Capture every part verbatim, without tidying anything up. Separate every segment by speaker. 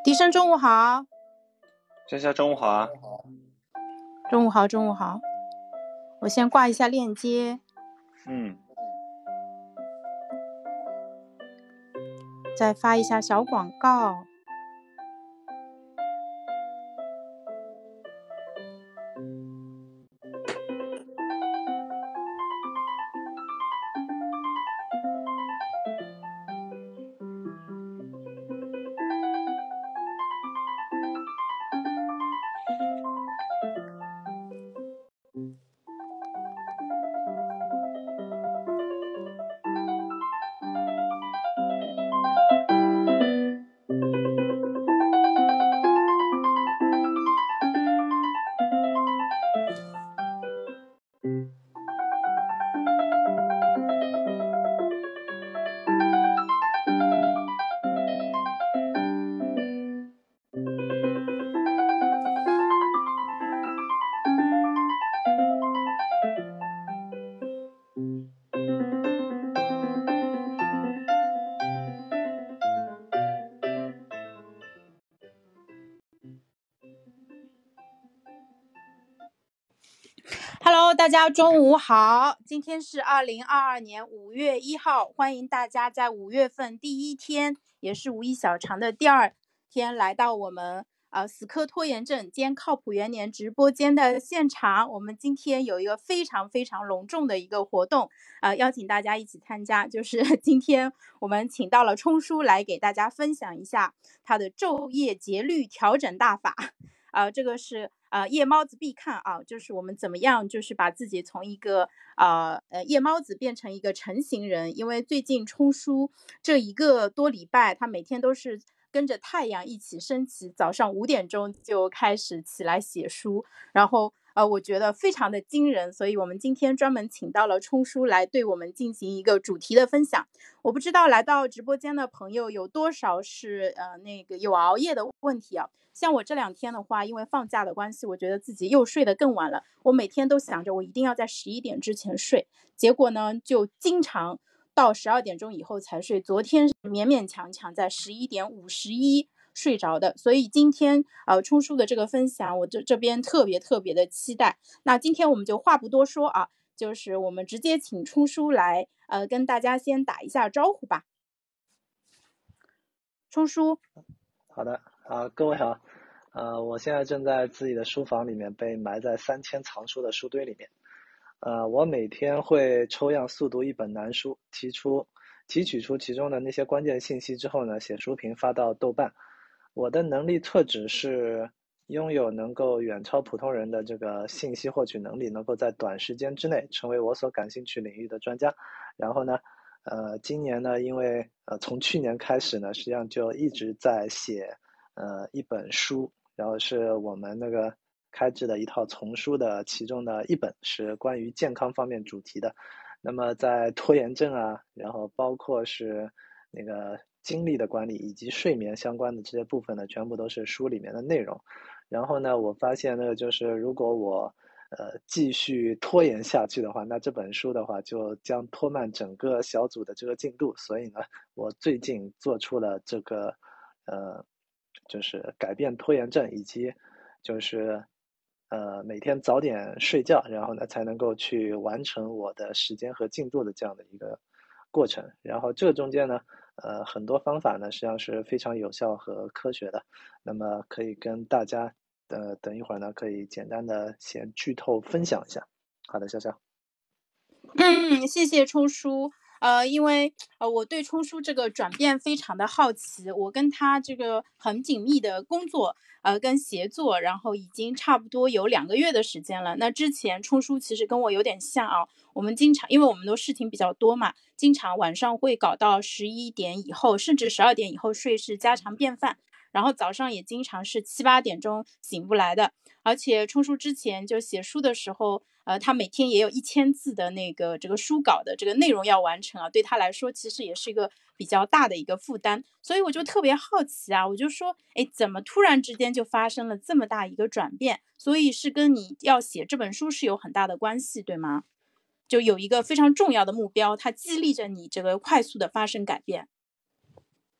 Speaker 1: 医生中午好。
Speaker 2: 夏夏中午好啊。
Speaker 1: 中午好，中午好。我先挂一下链接。
Speaker 2: 嗯。
Speaker 1: 再发一下小广告。Hello， 大家中午好，今天是二零二二年五月一号，欢迎大家在五月份第一天，也是五一小长的第二天，来到我们呃死磕拖延症兼靠谱元年直播间的现场。我们今天有一个非常非常隆重的一个活动，呃，邀请大家一起参加，就是今天我们请到了冲叔来给大家分享一下他的昼夜节律调整大法。呃，这个是呃夜猫子必看啊，就是我们怎么样就是把自己从一个呃呃夜猫子变成一个成型人。因为最近冲叔这一个多礼拜，他每天都是跟着太阳一起升起，早上五点钟就开始起来写书，然后呃，我觉得非常的惊人，所以我们今天专门请到了冲叔来对我们进行一个主题的分享。我不知道来到直播间的朋友有多少是呃那个有熬夜的问题啊。像我这两天的话，因为放假的关系，我觉得自己又睡得更晚了。我每天都想着我一定要在十一点之前睡，结果呢就经常到十二点钟以后才睡。昨天勉勉强强在十一点五十一睡着的，所以今天呃冲叔的这个分享，我这这边特别特别的期待。那今天我们就话不多说啊，就是我们直接请冲叔来呃跟大家先打一下招呼吧。冲叔。
Speaker 3: 好的，啊，各位好，呃，我现在正在自己的书房里面，被埋在三千藏书的书堆里面。呃，我每天会抽样速读一本难书，提出提取出其中的那些关键信息之后呢，写书评发到豆瓣。我的能力特质是拥有能够远超普通人的这个信息获取能力，能够在短时间之内成为我所感兴趣领域的专家。然后呢，呃，今年呢，因为呃从去年开始呢，实际上就一直在写呃一本书，然后是我们那个开制的一套丛书的其中的一本，是关于健康方面主题的。那么在拖延症啊，然后包括是那个精力的管理以及睡眠相关的这些部分呢，全部都是书里面的内容。然后呢，我发现呢，就是如果我呃继续拖延下去的话，那这本书的话就将拖慢整个小组的这个进度。所以呢，我最近做出了这个呃就是改变拖延症，以及就是呃每天早点睡觉，然后呢才能够去完成我的时间和进度的这样的一个过程。然后这中间呢呃很多方法呢实际上是非常有效和科学的，那么可以跟大家呃等一会儿呢可以简单的先剧透分享一下。好的，潇潇。
Speaker 1: 嗯，谢谢冲叔。呃，因为呃我对冲叔这个转变非常的好奇，我跟他这个很紧密的工作呃跟协作，然后已经差不多有两个月的时间了。那之前冲叔其实跟我有点像啊，我们经常因为我们的事情比较多嘛，经常晚上会搞到十一点以后，甚至十二点以后睡是家常便饭。然后早上也经常是七八点钟醒不来的。而且冲叔之前就写书的时候，呃，他每天也有一千字的那个这个书稿的这个内容要完成啊，对他来说其实也是一个比较大的一个负担。所以我就特别好奇啊，我就说，哎，怎么突然之间就发生了这么大一个转变？所以是跟你要写这本书是有很大的关系，对吗？就有一个非常重要的目标，它激励着你这个快速的发生改变。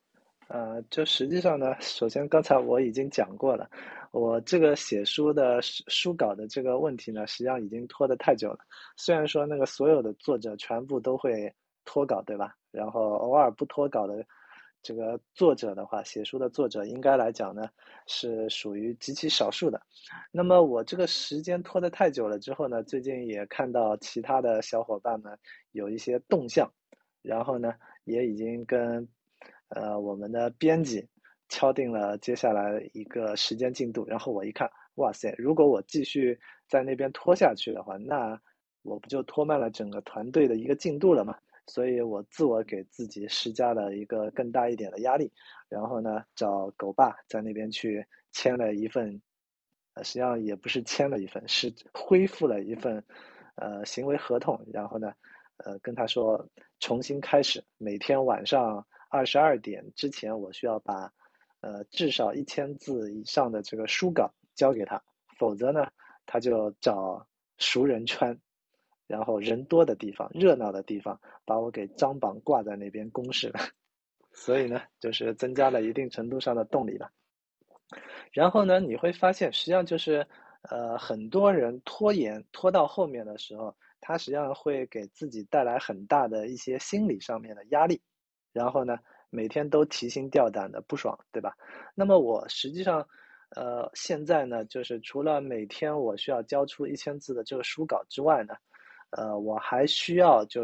Speaker 3: 呃，就实际上呢，首先刚才我已经讲过了，我这个写书的书书稿的这个问题呢，实际上已经拖得太久了。虽然说那个所有的作者全部都会脱稿，对吧？然后偶尔不脱稿的这个作者的话，写书的作者应该来讲呢，是属于极其少数的。那么我这个时间拖得太久了之后呢，最近也看到其他的小伙伴们有一些动向，然后呢，也已经跟呃我们的编辑敲定了接下来一个时间进度。然后我一看，哇塞，如果我继续在那边拖下去的话，那我不就拖慢了整个团队的一个进度了吗？所以我自我给自己施加了一个更大一点的压力，然后呢，找狗爸在那边去签了一份，呃，实际上也不是签了一份，是恢复了一份，呃，行为合同。然后呢，呃，跟他说重新开始，每天晚上二十二点之前，我需要把，呃，至少一千字以上的这个书稿交给他，否则呢，他就找熟人圈，然后人多的地方、热闹的地方，把我给张榜挂在那边公示了。所以呢，就是增加了一定程度上的动力吧。然后呢，你会发现，实际上就是，呃，很多人拖延拖到后面的时候，他实际上会给自己带来很大的一些心理上面的压力，然后呢，每天都提心吊胆的不爽，对吧？那么我实际上，呃，现在呢，就是除了每天我需要交出一千字的这个书稿之外呢，呃，我还需要就是，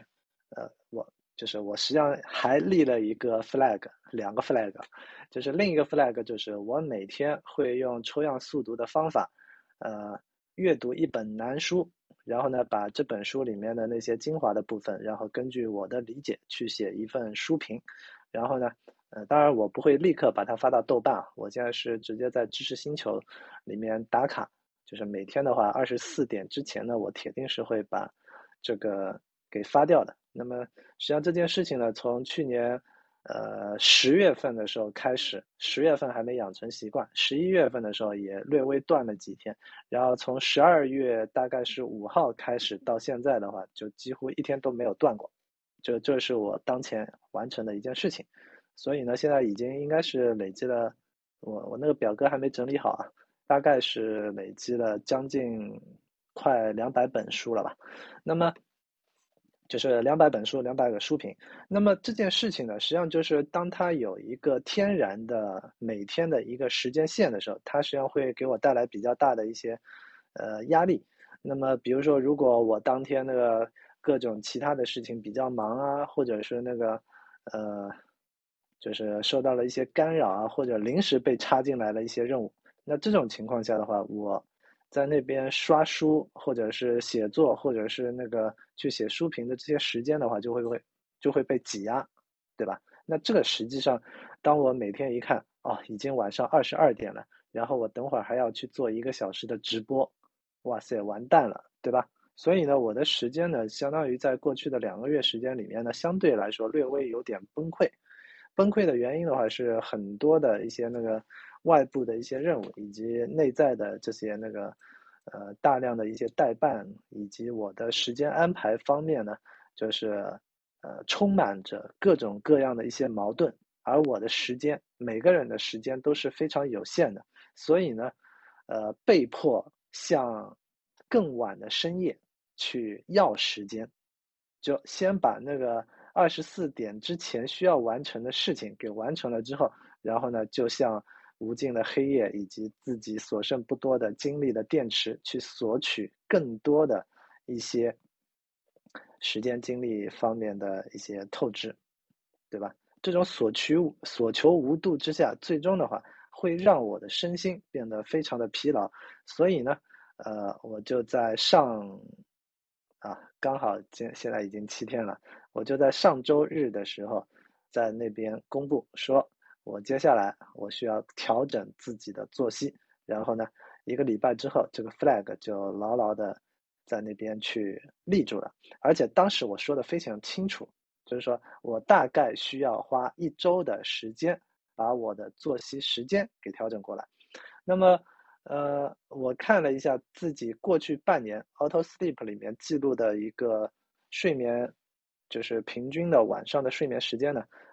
Speaker 3: 呃，我就是我实际上还立了一个 flag，两个 flag，就是另一个 flag 就是我每天会用抽样速读的方法，呃，阅读一本难书，然后呢，把这本书里面的那些精华的部分，然后根据我的理解去写一份书评，然后呢，呃，当然我不会立刻把它发到豆瓣，我现在是直接在知识星球里面打卡。就是每天的话，二十四点之前呢，我铁定是会把这个给发掉的。那么实际上这件事情呢，从去年呃十月份的时候开始，十月份还没养成习惯，十一月份的时候也略微断了几天，然后从十二月大概是五号开始到现在的话，就几乎一天都没有断过。这这是我当前完成的一件事情。所以呢，现在已经应该是累积了，我我那个表格还没整理好啊。大概是累积了将近快两百本书了吧。那么就是两百本书，两百个书评。那么这件事情呢，实际上就是当它有一个天然的每天的一个时间线的时候，它实际上会给我带来比较大的一些呃压力。那么比如说，如果我当天那个各种其他的事情比较忙啊，或者是那个呃，就是受到了一些干扰啊，或者临时被插进来了一些任务，那这种情况下的话，我在那边刷书，或者是写作，或者是那个去写书评的这些时间的话，就会会就会被挤压，对吧？那这个实际上，当我每天一看，哦，已经晚上二十二点了，然后我等会儿还要去做一个小时的直播，哇塞，完蛋了，对吧？所以呢，我的时间呢，相当于在过去的两个月时间里面呢，相对来说略微有点崩溃。崩溃的原因的话，是很多的一些那个外部的一些任务，以及内在的这些那个呃大量的一些代办，以及我的时间安排方面呢，就是呃充满着各种各样的一些矛盾，而我的时间，每个人的时间都是非常有限的，所以呢，呃被迫向更晚的深夜去要时间，就先把那个二十四点之前需要完成的事情给完成了之后，然后呢，就向无尽的黑夜以及自己所剩不多的精力的电池去索取更多的一些时间精力方面的一些透支，对吧？这种所求所求无度之下，最终的话会让我的身心变得非常的疲劳。所以呢，呃，我就在上啊，刚好现现在已经七天了，我就在上周日的时候，在那边公布说，我接下来我需要调整自己的作息，然后呢，一个礼拜之后，这个 flag 就牢牢的在那边去立住了。而且当时我说的非常清楚，就是说我大概需要花一周的时间，把我的作息时间给调整过来。那么，呃，我看了一下自己过去半年 Auto Sleep 里面记录的一个睡眠，就是平均的晚上的睡眠时间呢，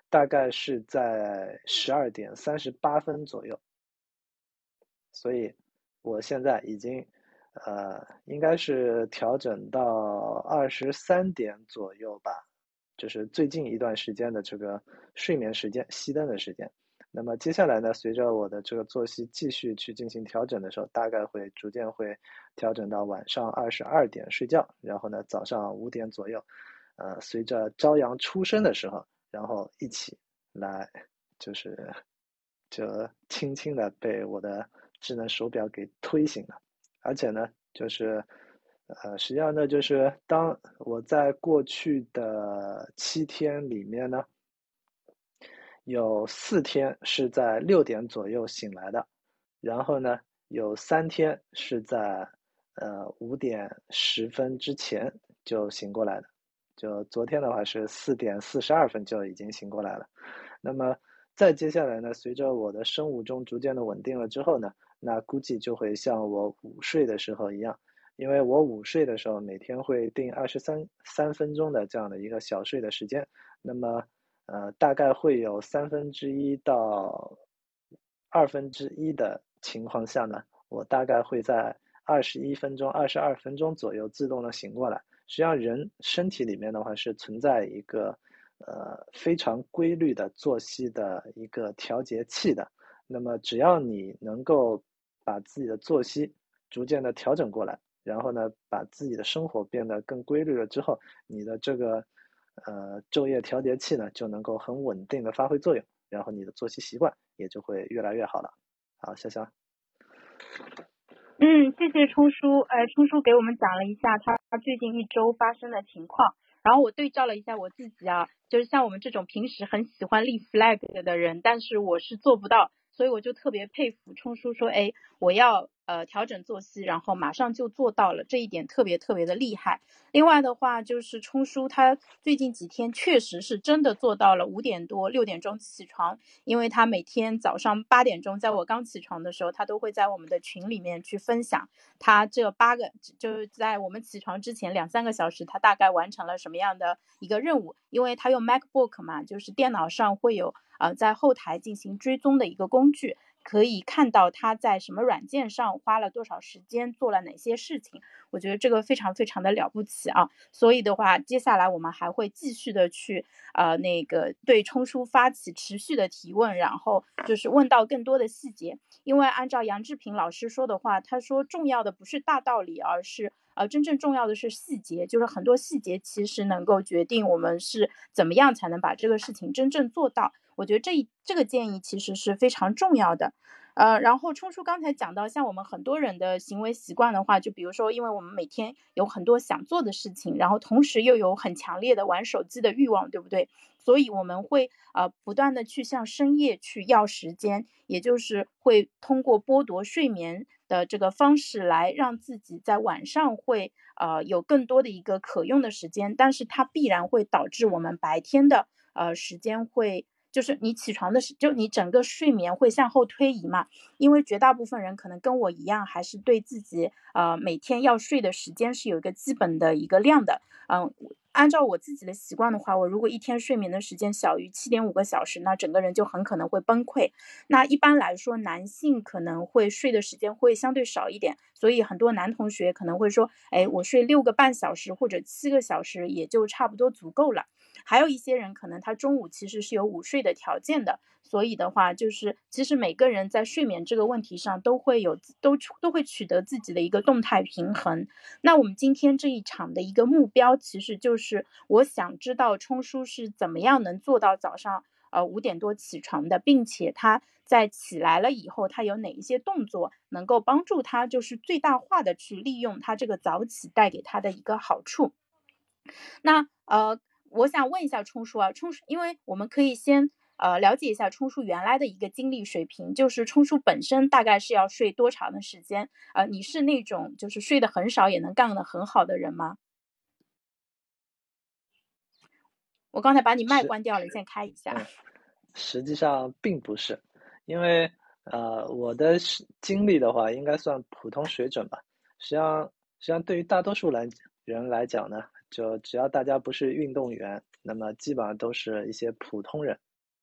Speaker 3: 大概是在十二点三十八分左右。所以我现在已经呃应该是调整到二十三点左右吧，就是最近一段时间的这个睡眠时间，熄灯的时间。那么接下来呢，随着我的这个作息继续去进行调整的时候，大概会逐渐会调整到晚上二十二点睡觉，然后呢早上五点左右，呃，随着朝阳初升的时候，然后一起来就是就轻轻的被我的智能手表给推醒了。而且呢，就是呃，实际上呢，就是当我在过去的七天里面呢，有四天是在六点左右醒来的，然后呢，有三天是在呃五点十分之前就醒过来的。就昨天的话是四点四十二分就已经醒过来了。那么再接下来呢，随着我的生物钟逐渐的稳定了之后呢，那估计就会像我午睡的时候一样，因为我午睡的时候每天会定二十三三分钟的这样的一个小睡的时间，那么呃大概会有三分之一到二分之一的情况下呢，我大概会在二十一分钟、二十二分钟左右自动的醒过来。实际上，人身体里面的话是存在一个呃非常规律的作息的一个调节器的。那么，只要你能够把自己的作息逐渐的调整过来，然后呢，把自己的生活变得更规律了之后，你的这个呃昼夜调节器呢就能够很稳定的发挥作用，然后你的作息习惯也就会越来越好了。好，潇潇。
Speaker 1: 嗯，谢谢冲叔，呃，冲叔给我们讲了一下他最近一周发生的情况，然后我对照了一下我自己啊，就是像我们这种平时很喜欢立 flag 的人，但是我是做不到，所以我就特别佩服冲叔说，哎，我要呃调整作息，然后马上就做到了，这一点特别特别的厉害。另外的话，就是冲叔他最近几天确实是真的做到了五点多六点钟起床，因为他每天早上八点钟，在我刚起床的时候，他都会在我们的群里面去分享他这八个就是在我们起床之前两三个小时，他大概完成了什么样的一个任务。因为他用 MacBook 嘛，就是电脑上会有呃在后台进行追踪的一个工具，可以看到他在什么软件上花了多少时间，做了哪些事情。我觉得这个非常非常的了不起啊！所以的话，接下来我们还会继续的去呃那个对冲叔发起持续的提问，然后就是问到更多的细节。因为按照杨志平老师说的话，他说重要的不是大道理，而是呃真正重要的是细节，就是很多细节其实能够决定我们是怎么样才能把这个事情真正做到。我觉得这一这个建议其实是非常重要的。呃，然后冲叔刚才讲到，像我们很多人的行为习惯的话，就比如说，因为我们每天有很多想做的事情，然后同时又有很强烈的玩手机的欲望，对不对？所以我们会呃不断的去向深夜去要时间，也就是会通过剥夺睡眠的这个方式来让自己在晚上会呃有更多的一个可用的时间，但是它必然会导致我们白天的呃时间会。就是你起床的时，就你整个睡眠会向后推移嘛，因为绝大部分人可能跟我一样，还是对自己呃每天要睡的时间是有一个基本的一个量的。嗯、呃，按照我自己的习惯的话，我如果一天睡眠的时间小于七点五个小时，那整个人就很可能会崩溃。那一般来说，男性可能会睡的时间会相对少一点，所以很多男同学可能会说，哎，我睡六个半小时或者七个小时也就差不多足够了。还有一些人可能他中午其实是有午睡的条件的，所以的话就是其实每个人在睡眠这个问题上都会有都都会取得自己的一个动态平衡。那我们今天这一场的一个目标其实就是我想知道冲叔是怎么样能做到早上呃五点多起床的，并且他在起来了以后他有哪一些动作能够帮助他就是最大化的去利用他这个早起带给他的一个好处。那呃，我想问一下冲叔啊，冲叔，因为我们可以先呃了解一下冲叔原来的一个精力水平，就是冲叔本身大概是要睡多长的时间？呃，你是那种就是睡得很少也能干得很好的人吗？我刚才把你麦关掉了，你先开一下。
Speaker 3: 嗯，实际上并不是，因为呃，我的经历的话，应该算普通水准吧。实际上，实际上对于大多数来人来讲呢，就只要大家不是运动员，那么基本上都是一些普通人。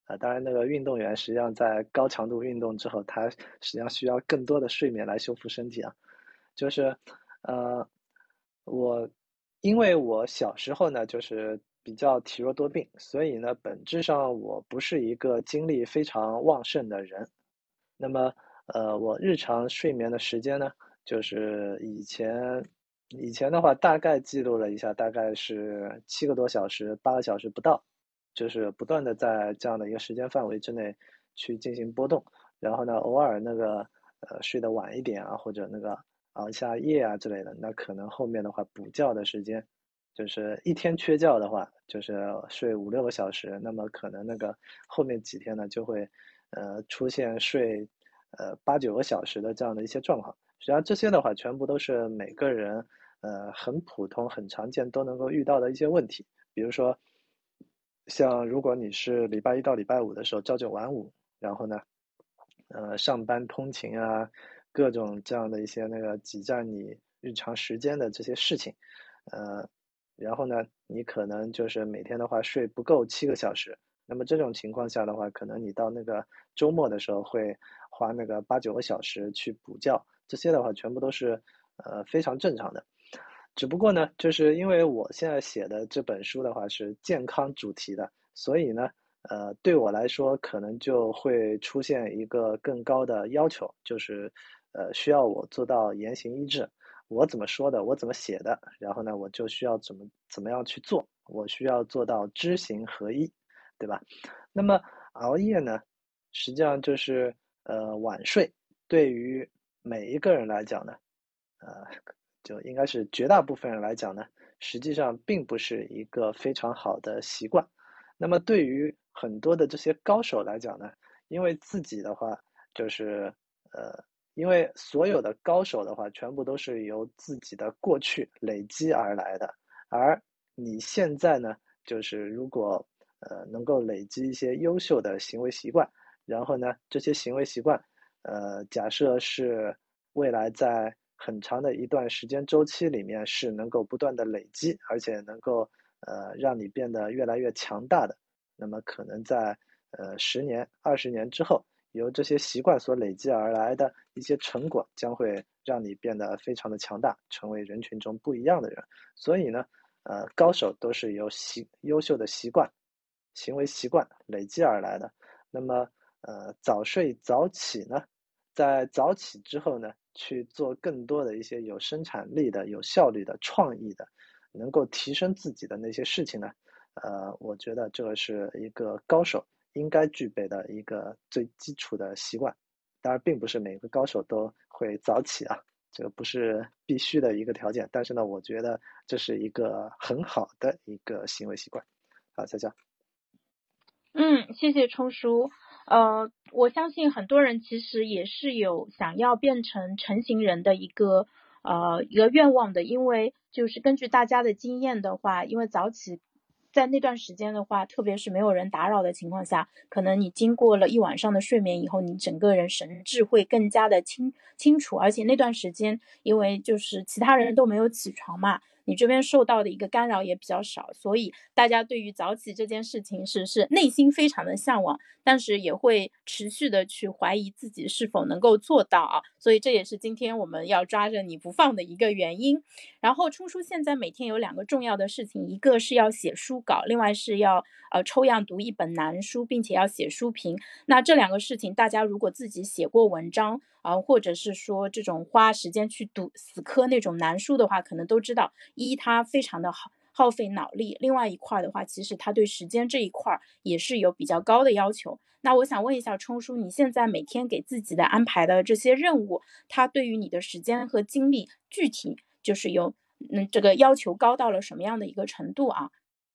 Speaker 3: 呃，当然那个运动员实际上在高强度运动之后，他实际上需要更多的睡眠来修复身体啊。就是呃，我因为我小时候呢，就是比较体弱多病，所以呢，本质上我不是一个精力非常旺盛的人。那么，呃，我日常睡眠的时间呢，就是以前以前的话，大概记录了一下，大概是七个多小时、八个小时不到，就是不断的在这样的一个时间范围之内去进行波动。然后呢，偶尔那个呃睡得晚一点啊，或者那个熬一下夜啊之类的，那可能后面的话补觉的时间，就是一天缺觉的话，就是睡五六个小时，那么可能那个后面几天呢就会呃出现睡呃八九个小时的这样的一些状况。实际上这些的话，全部都是每个人呃很普通、很常见都能够遇到的一些问题。比如说，像如果你是礼拜一到礼拜五的时候朝九晚五，然后呢，呃，上班通勤啊，各种这样的一些那个挤占你日常时间的这些事情，呃，然后呢，你可能就是每天的话睡不够七个小时，那么这种情况下的话，可能你到那个周末的时候会花那个八九个小时去补觉，这些的话全部都是呃非常正常的。只不过呢，就是因为我现在写的这本书的话是健康主题的，所以呢，呃，对我来说可能就会出现一个更高的要求，就是呃需要我做到言行一致。我怎么说的，我怎么写的，然后呢，我就需要怎么怎么样去做，我需要做到知行合一，对吧？那么熬夜呢，实际上就是呃晚睡，对于每一个人来讲呢，呃，就应该是绝大部分人来讲呢，实际上并不是一个非常好的习惯。那么对于很多的这些高手来讲呢，因为自己的话就是呃，因为所有的高手的话，全部都是由自己的过去累积而来的，而你现在呢，就是如果呃能够累积一些优秀的行为习惯，然后呢，这些行为习惯，呃，假设是未来在很长的一段时间周期里面是能够不断的累积，而且能够呃让你变得越来越强大的。那么可能在呃十年、二十年之后，由这些习惯所累积而来的一些成果，将会让你变得非常的强大，成为人群中不一样的人。所以呢，呃，高手都是由习优秀的习惯、行为习惯累积而来的。那么，呃，早睡早起呢，在早起之后呢，去做更多的一些有生产力的、有效率的、创意的，能够提升自己的那些事情呢，呃，我觉得这个是一个高手应该具备的一个最基础的习惯。当然，并不是每个高手都会早起啊，这个不是必须的一个条件。但是呢，我觉得这是一个很好的一个行为习惯。好，佳佳。
Speaker 1: 嗯，谢谢冲叔。呃，我相信很多人其实也是有想要变成成型人的一个呃一个愿望的，因为就是根据大家的经验的话，因为早起在那段时间的话，特别是没有人打扰的情况下，可能你经过了一晚上的睡眠以后，你整个人神志会更加的清清楚，而且那段时间因为就是其他人都没有起床嘛，你这边受到的一个干扰也比较少，所以大家对于早起这件事情是是内心非常的向往，但是也会持续的去怀疑自己是否能够做到啊，所以这也是今天我们要抓着你不放的一个原因。然后冲叔现在每天有两个重要的事情，一个是要写书稿，另外是要呃抽样读一本难书，并且要写书评。那这两个事情，大家如果自己写过文章啊、呃，或者是说这种花时间去读死磕那种难书的话，可能都知道，一它非常的好。耗费脑力，另外一块的话，其实它对时间这一块也是有比较高的要求。那我想问一下冲叔，你现在每天给自己的安排的这些任务，它对于你的时间和精力具体就是有嗯这个要求高到了什么样的一个程度啊？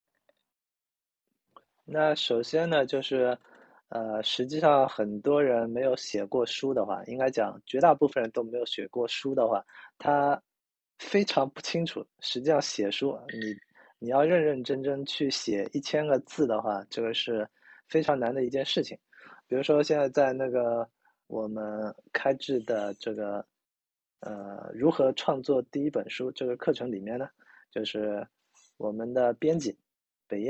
Speaker 3: 那首先呢，就是呃，实际上很多人没有写过书的话，应该讲绝大部分人都没有写过书的话，他非常不清楚，实际上写书，你你要认认真真去写一千个字的话，这个是非常难的一件事情。比如说现在在那个我们开制的这个呃如何创作第一本书这个课程里面呢，就是我们的编辑北燕。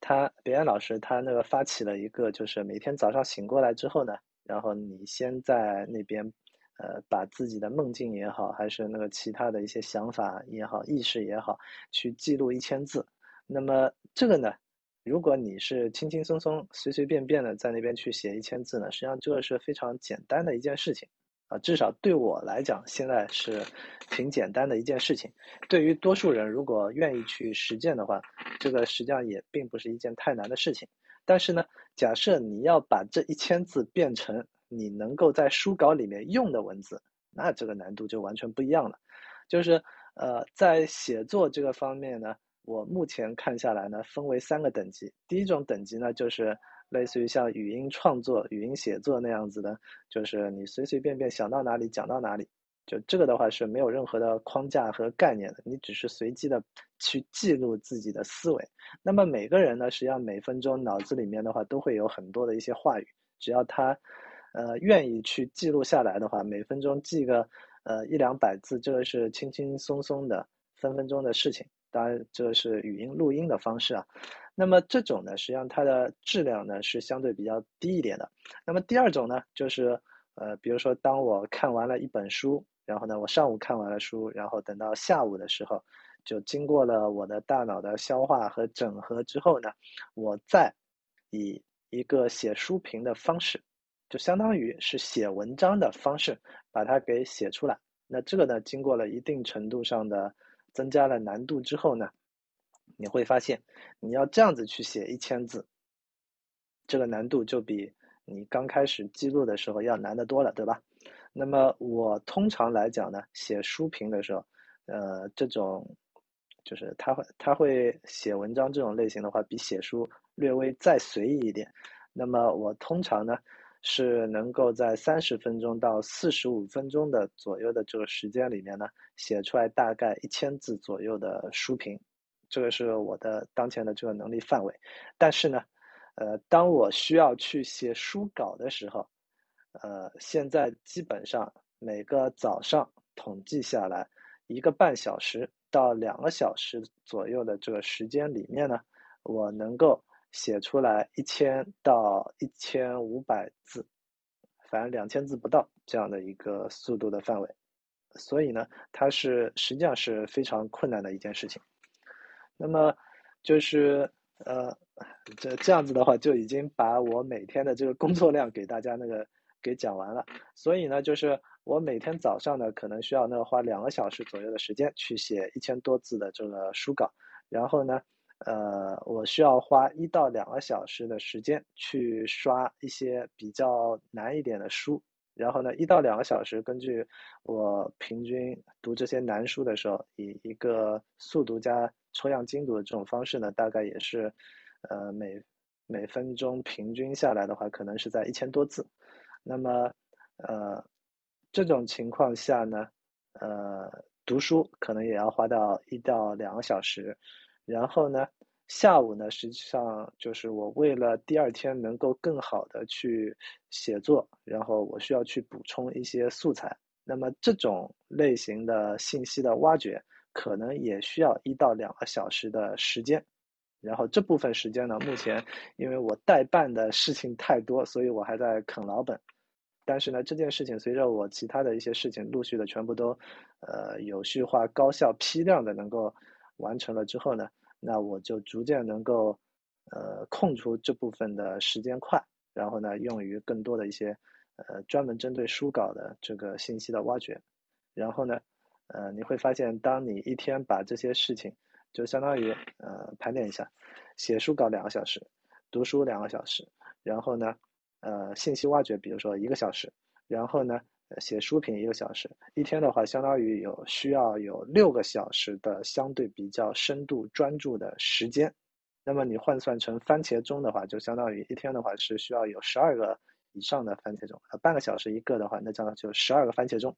Speaker 3: 他别安老师他那个发起了一个，就是每天早上醒过来之后呢，然后你先在那边，呃，把自己的梦境也好，还是那个其他的一些想法也好，意识也好，去记录一千字。那么这个呢，如果你是轻轻松松、随随便便的在那边去写一千字呢，实际上这个是非常简单的一件事情。啊，至少对我来讲，现在是挺简单的一件事情。对于多数人，如果愿意去实践的话，这个实际上也并不是一件太难的事情。但是呢，假设你要把这一千字变成你能够在书稿里面用的文字，那这个难度就完全不一样了。就是呃，在写作这个方面呢，我目前看下来呢，分为三个等级。第一种等级呢，就是类似于像语音创作、语音写作那样子的，就是你随随便便想到哪里讲到哪里。就这个的话是没有任何的框架和概念的，你只是随机的去记录自己的思维。那么每个人呢，实际上每分钟脑子里面的话都会有很多的一些话语，只要他呃愿意去记录下来的话，每分钟记个呃一两百字，这个是轻轻松松的分分钟的事情。当然这是语音录音的方式啊。那么这种呢，实际上它的质量呢是相对比较低一点的。那么第二种呢，就是呃比如说当我看完了一本书，然后呢我上午看完了书，然后等到下午的时候，就经过了我的大脑的消化和整合之后呢，我再以一个写书评的方式，就相当于是写文章的方式把它给写出来。那这个呢，经过了一定程度上的增加了难度之后呢，你会发现你要这样子去写一千字，这个难度就比你刚开始记录的时候要难得多了，对吧？那么我通常来讲呢，写书评的时候，呃，这种就是他会他会写文章这种类型的话，比写书略微再随意一点。那么我通常呢是能够在三十分钟到四十五分钟的左右的这个时间里面呢，写出来大概一千字左右的书评，这个是我的当前的这个能力范围。但是呢，呃，当我需要去写书稿的时候，呃，现在基本上每个早上统计下来，一个半小时到两个小时左右的这个时间里面呢，我能够写出来一千到一千五百字，反正两千字不到这样的一个速度的范围。所以呢，它是实际上是非常困难的一件事情。那么就是呃，这这样子的话，就已经把我每天的这个工作量给大家那个给讲完了。所以呢，就是我每天早上呢，可能需要那个花两个小时左右的时间去写一千多字的这个书稿，然后呢，呃，我需要花一到两个小时的时间去刷一些比较难一点的书。然后呢，一到两个小时，根据我平均读这些难书的时候，以一个速读加抽样精读的这种方式呢，大概也是，呃，每每分钟平均下来的话，可能是在一千多字。那么，呃，这种情况下呢，呃，读书可能也要花到一到两个小时。然后呢，下午呢，实际上就是我为了第二天能够更好的去写作，然后我需要去补充一些素材。那么这种类型的信息的挖掘，可能也需要一到两个小时的时间。然后这部分时间呢，目前因为我代办的事情太多，所以我还在啃老本。但是呢，这件事情随着我其他的一些事情陆续的全部都，呃，有序化、高效、批量的能够完成了之后呢，那我就逐渐能够，呃，空出这部分的时间块，然后呢，用于更多的一些，呃，专门针对书稿的这个信息的挖掘。然后呢，呃，你会发现，当你一天把这些事情，就相当于呃盘点一下，写书稿两个小时，读书两个小时，然后呢，呃，信息挖掘，比如说一个小时，然后呢，写书评一个小时，一天的话，相当于有需要有六个小时的相对比较深度专注的时间。那么你换算成番茄钟的话，就相当于一天的话是需要有十二个以上的番茄钟，呃，半个小时一个的话，那这样就十二个番茄钟。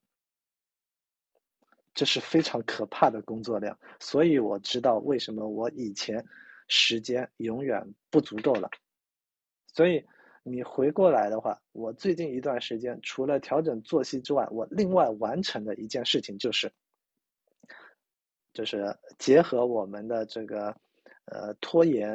Speaker 3: 这是非常可怕的工作量，所以我知道为什么我以前时间永远不足够了。所以你回过来的话，我最近一段时间除了调整作息之外，我另外完成的一件事情就是就是结合我们的这个呃拖延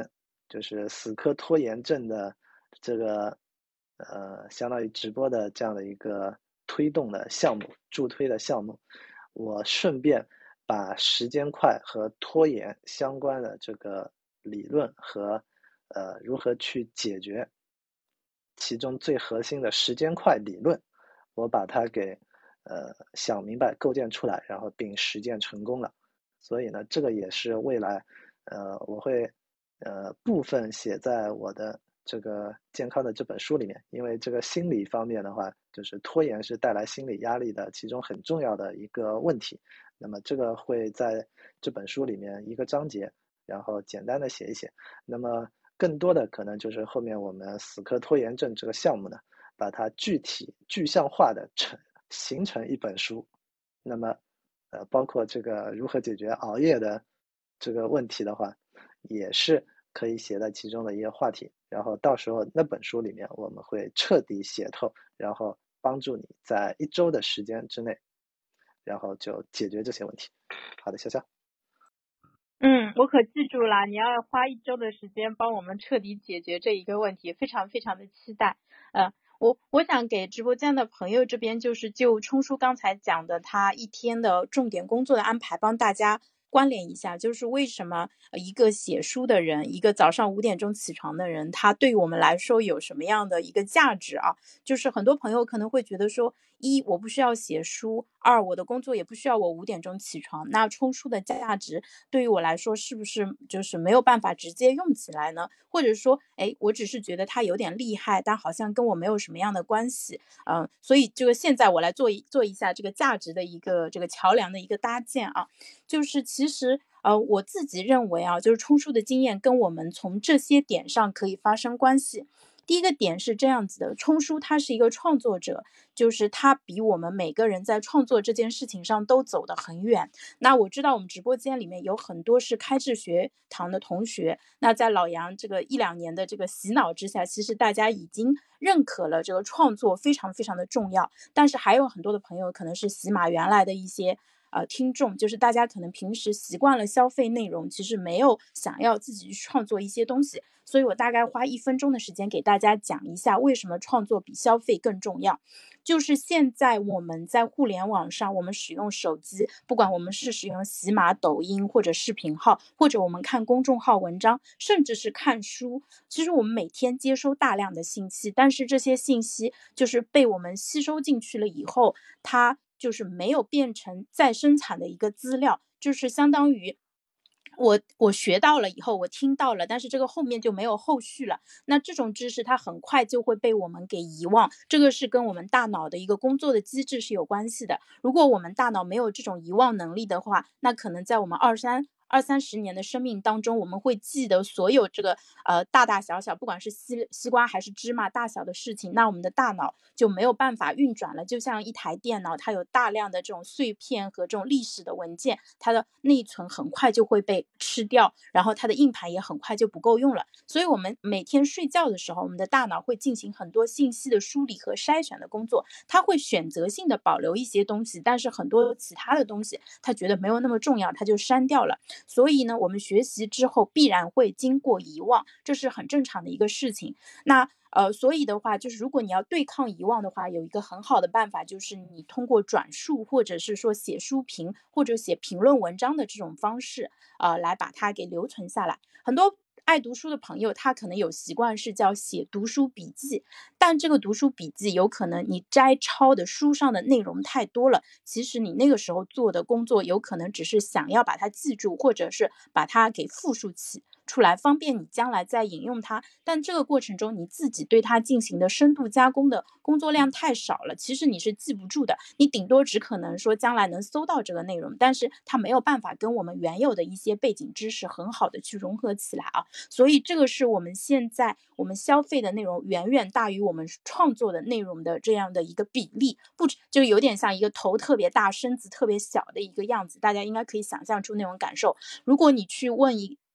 Speaker 3: 就是死磕拖延症的这个呃，相当于直播的这样的一个推动的项目，助推的项目，我顺便把时间块和拖延相关的这个理论和呃如何去解决其中最核心的时间块理论，我把它给呃想明白、构建出来，然后并实践成功了。所以呢，这个也是未来呃我会呃部分写在我的这个健康的这本书里面，因为这个心理方面的话，就是拖延是带来心理压力的其中很重要的一个问题。那么这个会在这本书里面一个章节，然后简单的写一写。那么更多的可能就是后面我们死磕拖延症这个项目呢，把它具体具象化的成形成一本书。那么呃，包括这个如何解决熬夜的这个问题的话，也是可以写在其中的一个话题。然后到时候那本书里面我们会彻底写透，然后帮助你在一周的时间之内，然后就解决这些问题。好的，潇潇。
Speaker 1: 嗯，我可记住了，你要花一周的时间帮我们彻底解决这一个问题，非常非常的期待。呃，我我想给直播间的朋友这边，就是就冲叔刚才讲的他一天的重点工作的安排，帮大家关联一下，就是为什么一个写书的人，一个早上五点钟起床的人，他对于我们来说有什么样的一个价值啊？就是很多朋友可能会觉得说，一我不需要写书，二我的工作也不需要我五点钟起床，那冲书的价值对于我来说是不是就是没有办法直接用起来呢？或者说，哎，我只是觉得他有点厉害，但好像跟我没有什么样的关系，嗯，所以这个现在我来做一做一下这个价值的一个这个桥梁的一个搭建啊，就是其实呃我自己认为啊，就是冲叔的经验跟我们从这些点上可以发生关系。第一个点是这样子的，冲叔他是一个创作者，就是他比我们每个人在创作这件事情上都走得很远。那我知道我们直播间里面有很多是开智学堂的同学，那在老杨这个一两年的这个洗脑之下，其实大家已经认可了这个创作非常非常的重要。但是还有很多的朋友可能是喜马原来的一些呃，听众，就是大家可能平时习惯了消费内容，其实没有想要自己去创作一些东西，所以我大概花一分钟的时间给大家讲一下为什么创作比消费更重要。就是现在我们在互联网上，我们使用手机，不管我们是使用喜马、抖音或者视频号，或者我们看公众号文章，甚至是看书，其实我们每天接收大量的信息，但是这些信息就是被我们吸收进去了以后，它就是没有变成再生产的一个资料，就是相当于我我学到了以后，我听到了，但是这个后面就没有后续了。那这种知识它很快就会被我们给遗忘，这个是跟我们大脑的一个工作的机制是有关系的。如果我们大脑没有这种遗忘能力的话，那可能在我们二三二三十年的生命当中，我们会记得所有这个呃大大小小，不管是西西瓜还是芝麻大小的事情，那我们的大脑就没有办法运转了。就像一台电脑，它有大量的这种碎片和这种历史的文件，它的内存很快就会被吃掉，然后它的硬盘也很快就不够用了。所以我们每天睡觉的时候，我们的大脑会进行很多信息的梳理和筛选的工作，它会选择性的保留一些东西，但是很多其他的东西它觉得没有那么重要，它就删掉了。所以呢，我们学习之后必然会经过遗忘，这是很正常的一个事情。那呃，所以的话，就是如果你要对抗遗忘的话，有一个很好的办法，就是你通过转述，或者是说写书评，或者写评论文章的这种方式，呃，来把它给留存下来。很多爱读书的朋友，他可能有习惯是叫写读书笔记，但这个读书笔记有可能你摘抄的书上的内容太多了，其实你那个时候做的工作有可能只是想要把它记住，或者是把它给复述起出来，方便你将来再引用它。但这个过程中你自己对它进行的深度加工的工作量太少了，其实你是记不住的，你顶多只可能说将来能搜到这个内容，但是它没有办法跟我们原有的一些背景知识很好的去融合起来啊。所以这个是我们现在我们消费的内容远远大于我们创作的内容的这样的一个比例，不就有点像一个头特别大身子特别小的一个样子，大家应该可以想象出那种感受。如果你去问一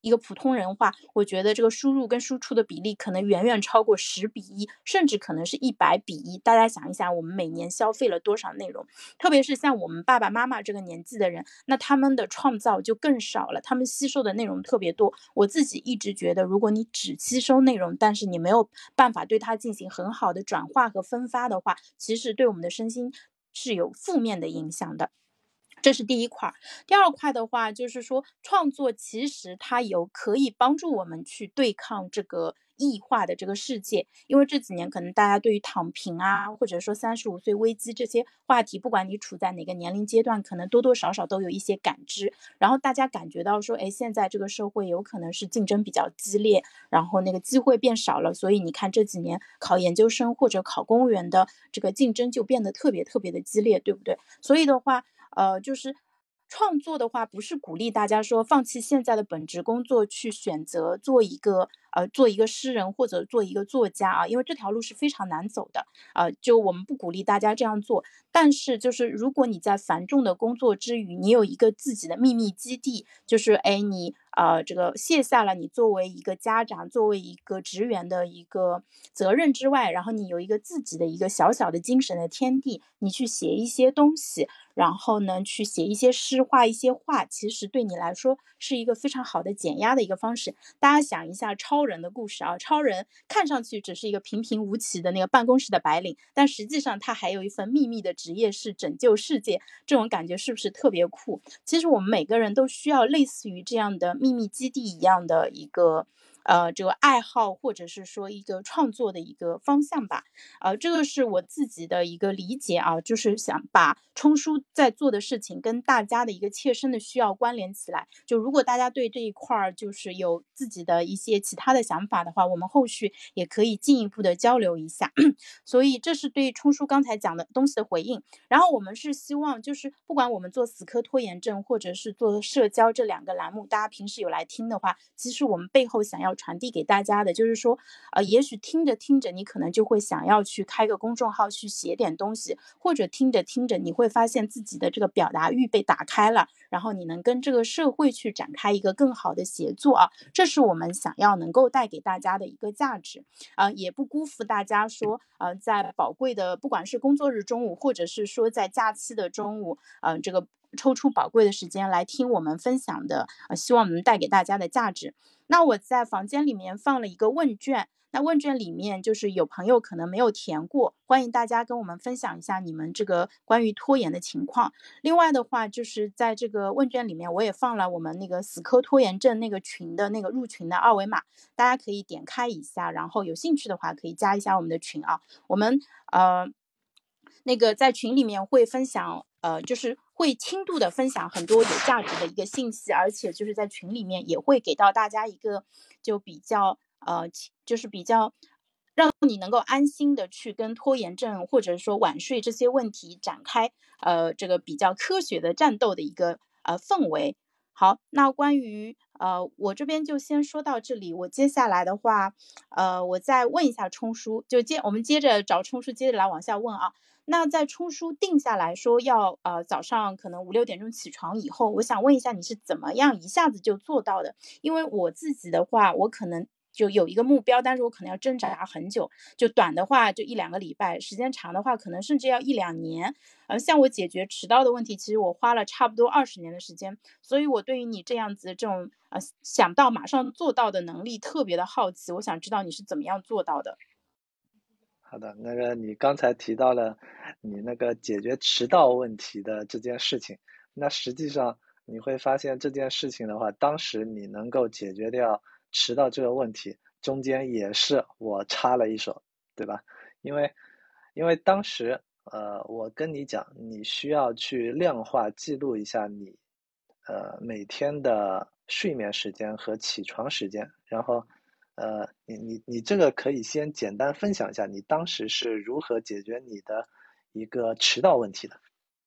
Speaker 1: 一个普通人的话，我觉得这个输入跟输出的比例可能远远超过十比一，甚至可能是一百比一。大家想一想，我们每年消费了多少内容？特别是像我们爸爸妈妈这个年纪的人，那他们的创造就更少了，他们吸收的内容特别多。我自己一直觉得，如果你只吸收内容，但是你没有办法对它进行很好的转化和分发的话，其实对我们的身心是有负面的影响的。这是第一块。第二块的话，就是说创作其实它有可以帮助我们去对抗这个异化的这个世界。因为这几年可能大家对于躺平啊，或者说三十五岁危机这些话题，不管你处在哪个年龄阶段，可能多多少少都有一些感知。然后大家感觉到说，哎，现在这个社会有可能是竞争比较激烈，然后那个机会变少了，所以你看这几年考研究生或者考公务员的这个竞争就变得特别特别的激烈，对不对？所以的话，呃，就是创作的话，不是鼓励大家说放弃现在的本职工作，去选择做一个呃做一个诗人或者做一个作家啊，因为这条路是非常难走的啊、呃，就我们不鼓励大家这样做。但是就是如果你在繁重的工作之余，你有一个自己的秘密基地，就是哎你呃这个卸下了你作为一个家长、作为一个职员的一个责任之外，然后你有一个自己的一个小小的精神的天地，你去写一些东西。然后呢，去写一些诗，画一些画，其实对你来说是一个非常好的减压的一个方式。大家想一下超人的故事啊，超人看上去只是一个平平无奇的那个办公室的白领，但实际上他还有一份秘密的职业是拯救世界，这种感觉是不是特别酷？其实我们每个人都需要类似于这样的秘密基地一样的一个呃，这个爱好或者是说一个创作的一个方向吧。呃，这个是我自己的一个理解啊，就是想把冲叔在做的事情跟大家的一个切身的需要关联起来。就如果大家对这一块儿就是有自己的一些其他的想法的话，我们后续也可以进一步的交流一下。所以这是对冲叔刚才讲的东西的回应。然后我们是希望就是不管我们做死磕拖延症或者是做社交这两个栏目，大家平时有来听的话，其实我们背后想要传递给大家的就是说呃，也许听着听着你可能就会想要去开个公众号去写点东西，或者听着听着你会发现自己的这个表达欲被打开了，然后你能跟这个社会去展开一个更好的协作啊，这是我们想要能够带给大家的一个价值啊、呃，也不辜负大家说呃，在宝贵的不管是工作日中午或者是说在假期的中午呃，这个抽出宝贵的时间来听我们分享的呃，希望能带给大家的价值。那我在房间里面放了一个问卷，那问卷里面就是有朋友可能没有填过，欢迎大家跟我们分享一下你们这个关于拖延的情况。另外的话，就是在这个问卷里面我也放了我们那个死磕拖延症那个群的那个入群的二维码，大家可以点开一下，然后有兴趣的话可以加一下我们的群啊。我们呃那个在群里面会分享呃，就是会轻度的分享很多有价值的一个信息，而且就是在群里面也会给到大家一个就比较呃，就是比较让你能够安心的去跟拖延症或者说晚睡这些问题展开呃这个比较科学的战斗的一个呃氛围。好，那关于呃我这边就先说到这里，我接下来的话呃我再问一下冲叔，就接我们接着找冲叔接着来往下问啊。那在冲叔定下来说要呃早上可能五六点钟起床以后，我想问一下你是怎么样一下子就做到的？因为我自己的话，我可能就有一个目标，但是我可能要挣扎很久，就短的话就一两个礼拜，时间长的话可能甚至要一两年。呃，像我解决迟到的问题，其实我花了差不多二十年的时间，所以我对于你这样子这种呃想到马上做到的能力特别的好奇，我想知道你是怎么样做到的。
Speaker 3: 好的，那个你刚才提到了你那个解决迟到问题的这件事情，那实际上你会发现这件事情的话，当时你能够解决掉迟到这个问题，中间也是我插了一手，对吧？因为因为当时呃，我跟你讲，你需要去量化记录一下你呃每天的睡眠时间和起床时间，然后呃，你你你这个可以先简单分享一下，你当时是如何解决你的一个迟到问题的？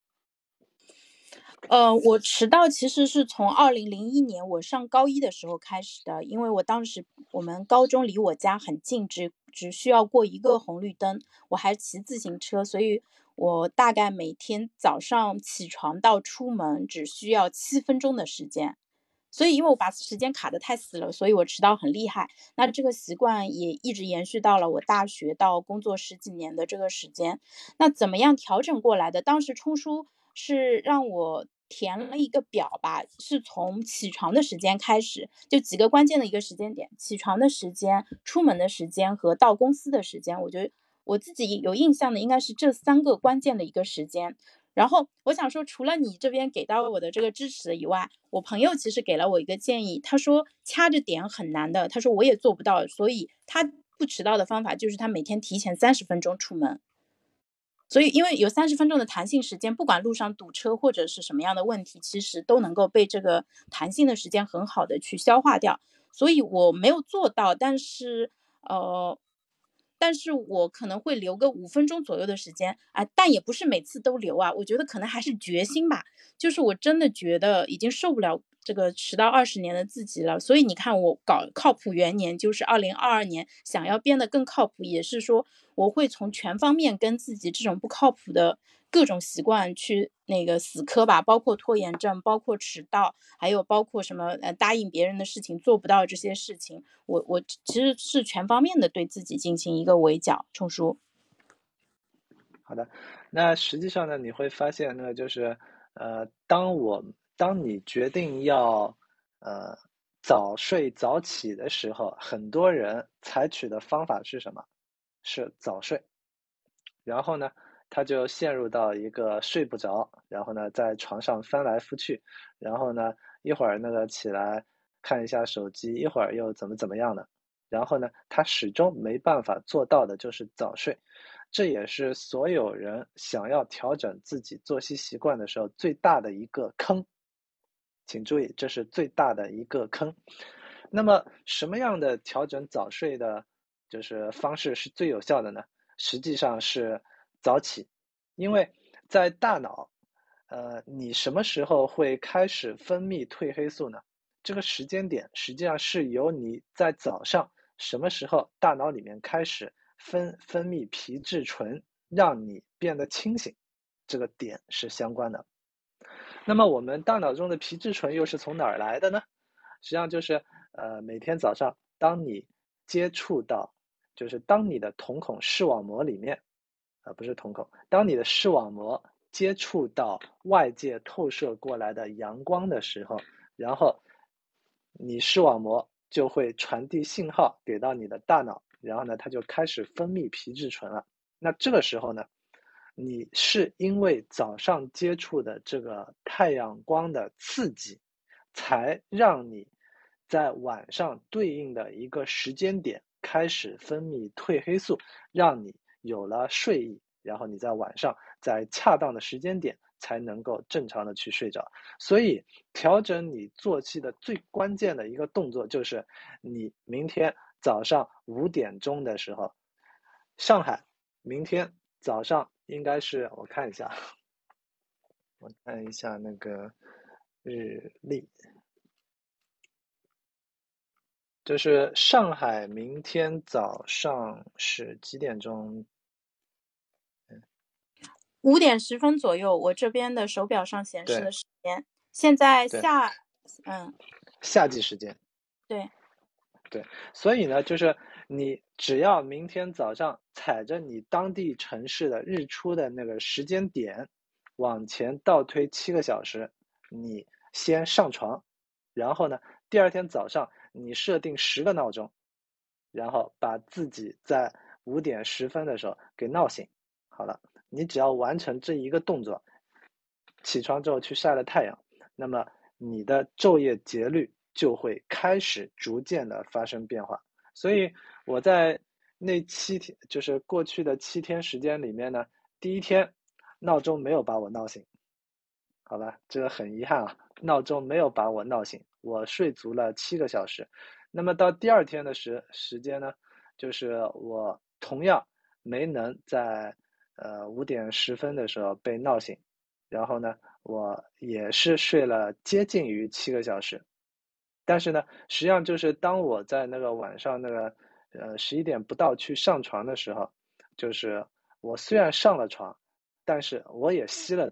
Speaker 1: 呃，我迟到其实是从二零零一年我上高一的时候开始的，因为我当时我们高中离我家很近，只只需要过一个红绿灯，我还骑自行车，所以我大概每天早上起床到出门只需要七分钟的时间。 所以因为我把时间卡得太死了，所以我迟到很厉害。那这个习惯也一直延续到了我大学到工作十几年的这个时间。那怎么样调整过来的？当时冲叔是让我填了一个表吧，是从起床的时间开始，就几个关键的一个时间点，起床的时间、出门的时间和到公司的时间。我觉得我自己有印象的应该是这三个关键的一个时间。然后我想说，除了你这边给到我的这个支持以外，我朋友其实给了我一个建议，他说掐着点很难的，他说我也做不到，所以他不迟到的方法就是他每天提前三十分钟出门。所以因为有三十分钟的弹性时间，不管路上堵车或者是什么样的问题，其实都能够被这个弹性的时间很好的去消化掉。所以我没有做到，但是呃但是我可能会留个五分钟左右的时间啊，但也不是每次都留啊。我觉得可能还是决心吧，就是我真的觉得已经受不了这个迟到二十年的自己了。所以你看，我搞靠谱元年就是二零二二年，想要变得更靠谱，也是说我会从全方面跟自己这种不靠谱的各种习惯去那个死磕吧，包括拖延症，包括迟到，还有包括什么呃答应别人的事情做不到这些事情，我我其实是全方面的对自己进行一个围剿。冲叔，
Speaker 3: 好的，那实际上呢，你会发现呢，就是呃，当我当你决定要呃早睡早起的时候，很多人采取的方法是什么？是早睡。然后呢，他就陷入到一个睡不着，然后呢，在床上翻来覆去，然后呢，一会儿那个起来看一下手机，一会儿又怎么怎么样的，然后呢，他始终没办法做到的就是早睡，这也是所有人想要调整自己作息习惯的时候最大的一个坑。请注意，这是最大的一个坑。那么，什么样的调整早睡的，就是方式是最有效的呢？实际上是早起，因为在大脑，呃，你什么时候会开始分泌褪黑素呢？这个时间点实际上是由你在早上什么时候大脑里面开始分分泌皮质醇，让你变得清醒，这个点是相关的。那么我们大脑中的皮质醇又是从哪儿来的呢？实际上就是呃每天早上当你接触到，就是当你的瞳孔视网膜里面，呃不是瞳孔，当你的视网膜接触到外界透射过来的阳光的时候，然后你视网膜就会传递信号给到你的大脑，然后呢它就开始分泌皮质醇了。那这个时候呢，你是因为早上接触的这个太阳光的刺激，才让你在晚上对应的一个时间点开始分泌褪黑素，让你有了睡意，然后你在晚上在恰当的时间点才能够正常的去睡着。所以调整你作息的最关键的一个动作就是你明天早上五点钟的时候，上海明天早上应该是，我看一下，我看一下那个日历，就是上海明天早上是几点钟？
Speaker 1: 五点十分左右，我这边的手表上显示的时间。现在夏，嗯，
Speaker 3: 夏季时间。
Speaker 1: 对。
Speaker 3: 对，所以呢，就是你只要明天早上踩着你当地城市的日出的那个时间点，往前倒推七个小时，你先上床，然后呢，第二天早上你设定十个闹钟，然后把自己在五点十分的时候给闹醒。好了，你只要完成这一个动作，起床之后去晒了太阳，那么你的昼夜节律就会开始逐渐的发生变化。所以我在那七天，就是过去的七天时间里面呢，第一天闹钟没有把我闹醒，好吧，这个很遗憾啊，闹钟没有把我闹醒，我睡足了七个小时。那么到第二天的时时间呢，就是我同样没能在呃五点十分的时候被闹醒，然后呢，我也是睡了接近于七个小时。但是呢，实际上就是当我在那个晚上那个呃十一点不到去上床的时候，就是我虽然上了床，但是我也熄了灯，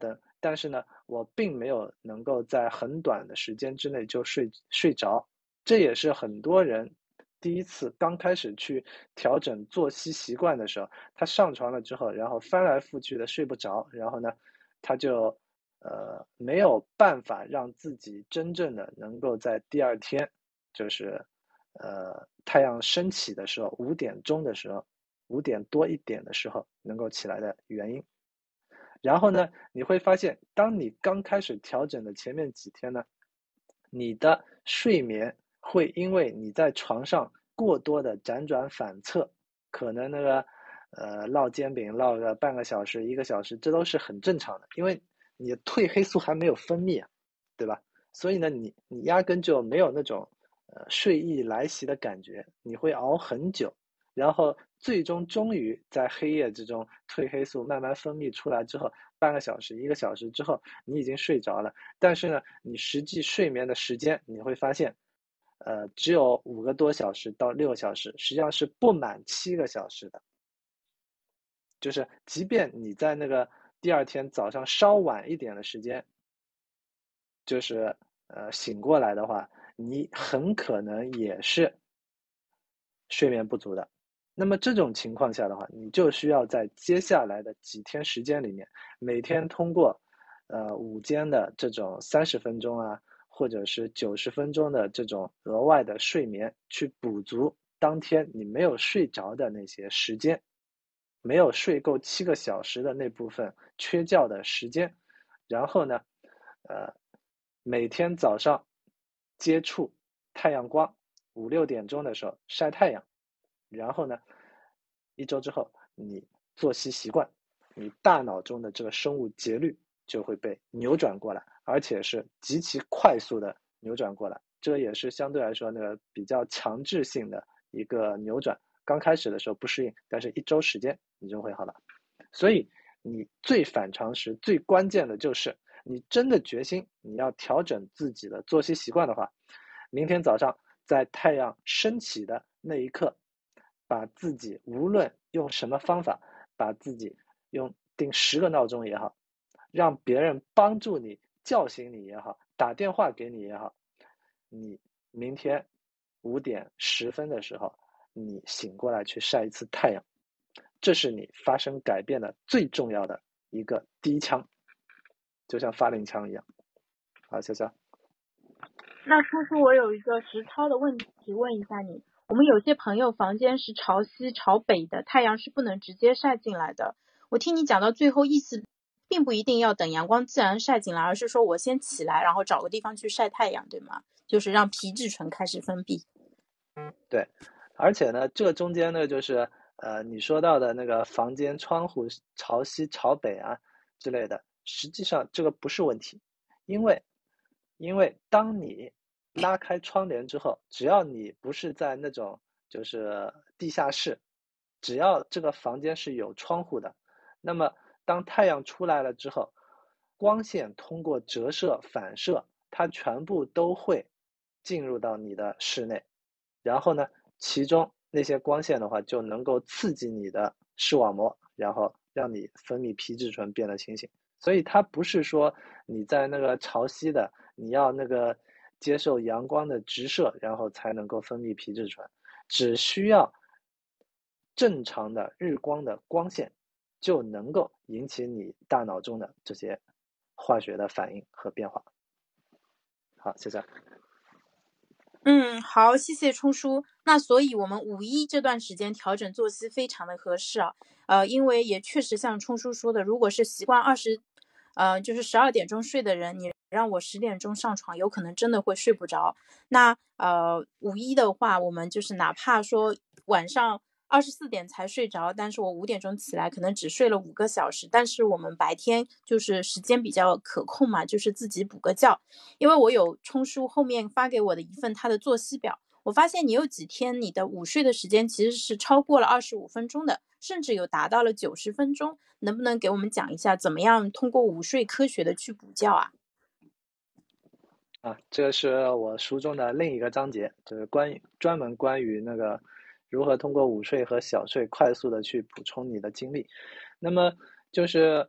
Speaker 3: 但是呢，我并没有能够在很短的时间之内就睡睡着，这也是很多人第一次刚开始去调整作息习惯的时候，他上床了之后，然后翻来覆去的睡不着，然后呢，他就呃没有办法让自己真正的能够在第二天，就是呃太阳升起的时候，五点钟的时候，五点多一点的时候能够起来的原因。然后呢，你会发现，当你刚开始调整的前面几天呢，你的睡眠会因为你在床上过多的辗转反侧，可能那个呃烙煎饼烙个半个小时、一个小时，这都是很正常的，因为你的褪黑素还没有分泌啊，对吧？所以呢，你你压根就没有那种呃睡意来袭的感觉，你会熬很久，然后最终终于在黑夜之中，褪黑素慢慢分泌出来之后，半个小时、一个小时之后，你已经睡着了。但是呢，你实际睡眠的时间，你会发现，呃，只有五个多小时到六个小时，实际上是不满七个小时的。就是即便你在那个第二天早上稍晚一点的时间，就是呃醒过来的话，你很可能也是睡眠不足的。那么这种情况下的话，你就需要在接下来的几天时间里面，每天通过呃午间的这种三十分钟啊，或者是九十分钟的这种额外的睡眠，去补足当天你没有睡着的那些时间，没有睡够七个小时的那部分缺觉的时间。然后呢，呃，每天早上接触太阳光，五六点钟的时候晒太阳。然后呢，一周之后，你作息习惯，你大脑中的这个生物节律就会被扭转过来，而且是极其快速的扭转过来。这也是相对来说那个比较强制性的一个扭转。刚开始的时候不适应，但是一周时间你就会好了。所以你最反常识、最关键的就是，你真的决心你要调整自己的作息习惯的话，明天早上在太阳升起的那一刻，把自己无论用什么方法，把自己用定十个闹钟也好，让别人帮助你叫醒你也好，打电话给你也好，你明天五点十分的时候，你醒过来去晒一次太阳，这是你发生改变的最重要的一个第一枪，就像发令枪一样。好，潇潇。
Speaker 1: 那叔叔，我有一个实操的问题问一下你。我们有些朋友房间是朝西朝北的，太阳是不能直接晒进来的。我听你讲到最后，意思并不一定要等阳光自然晒进来，而是说我先起来，然后找个地方去晒太阳，对吗？就是让皮质醇开始分泌。
Speaker 3: 对，而且呢，这中间呢，就是呃，你说到的那个房间窗户朝西朝北啊之类的，实际上这个不是问题，因为因为当你拉开窗帘之后，只要你不是在那种就是地下室，只要这个房间是有窗户的，那么当太阳出来了之后，光线通过折射、反射，它全部都会进入到你的室内，然后呢，其中那些光线的话，就能够刺激你的视网膜，然后让你分泌皮质醇变得清醒。所以它不是说你在那个潮汐的，你要那个接受阳光的直射，然后才能够分泌皮质醇，只需要正常的日光的光线，就能够引起你大脑中的这些化学的反应和变化。好，谢谢。
Speaker 1: 嗯，好，谢谢冲叔。那所以我们五一这段时间调整作息非常的合适啊，呃，因为也确实像冲叔说的，如果是习惯二十，呃，就是十二点钟睡的人，你让我十点钟上床，有可能真的会睡不着。那呃，五一的话，我们就是哪怕说晚上二十四点才睡着，但是我五点钟起来，可能只睡了五个小时，但是我们白天就是时间比较可控嘛，就是自己补个觉。因为我有冲叔后面发给我的一份他的作息表，我发现你有几天你的午睡的时间其实是超过了二十五分钟的，甚至有达到了九十分钟。能不能给我们讲一下，怎么样通过午睡科学的去补觉啊？
Speaker 3: 啊，这个是我书中的另一个章节，就是关于专门关于那个如何通过午睡和小睡快速的去补充你的精力。那么就是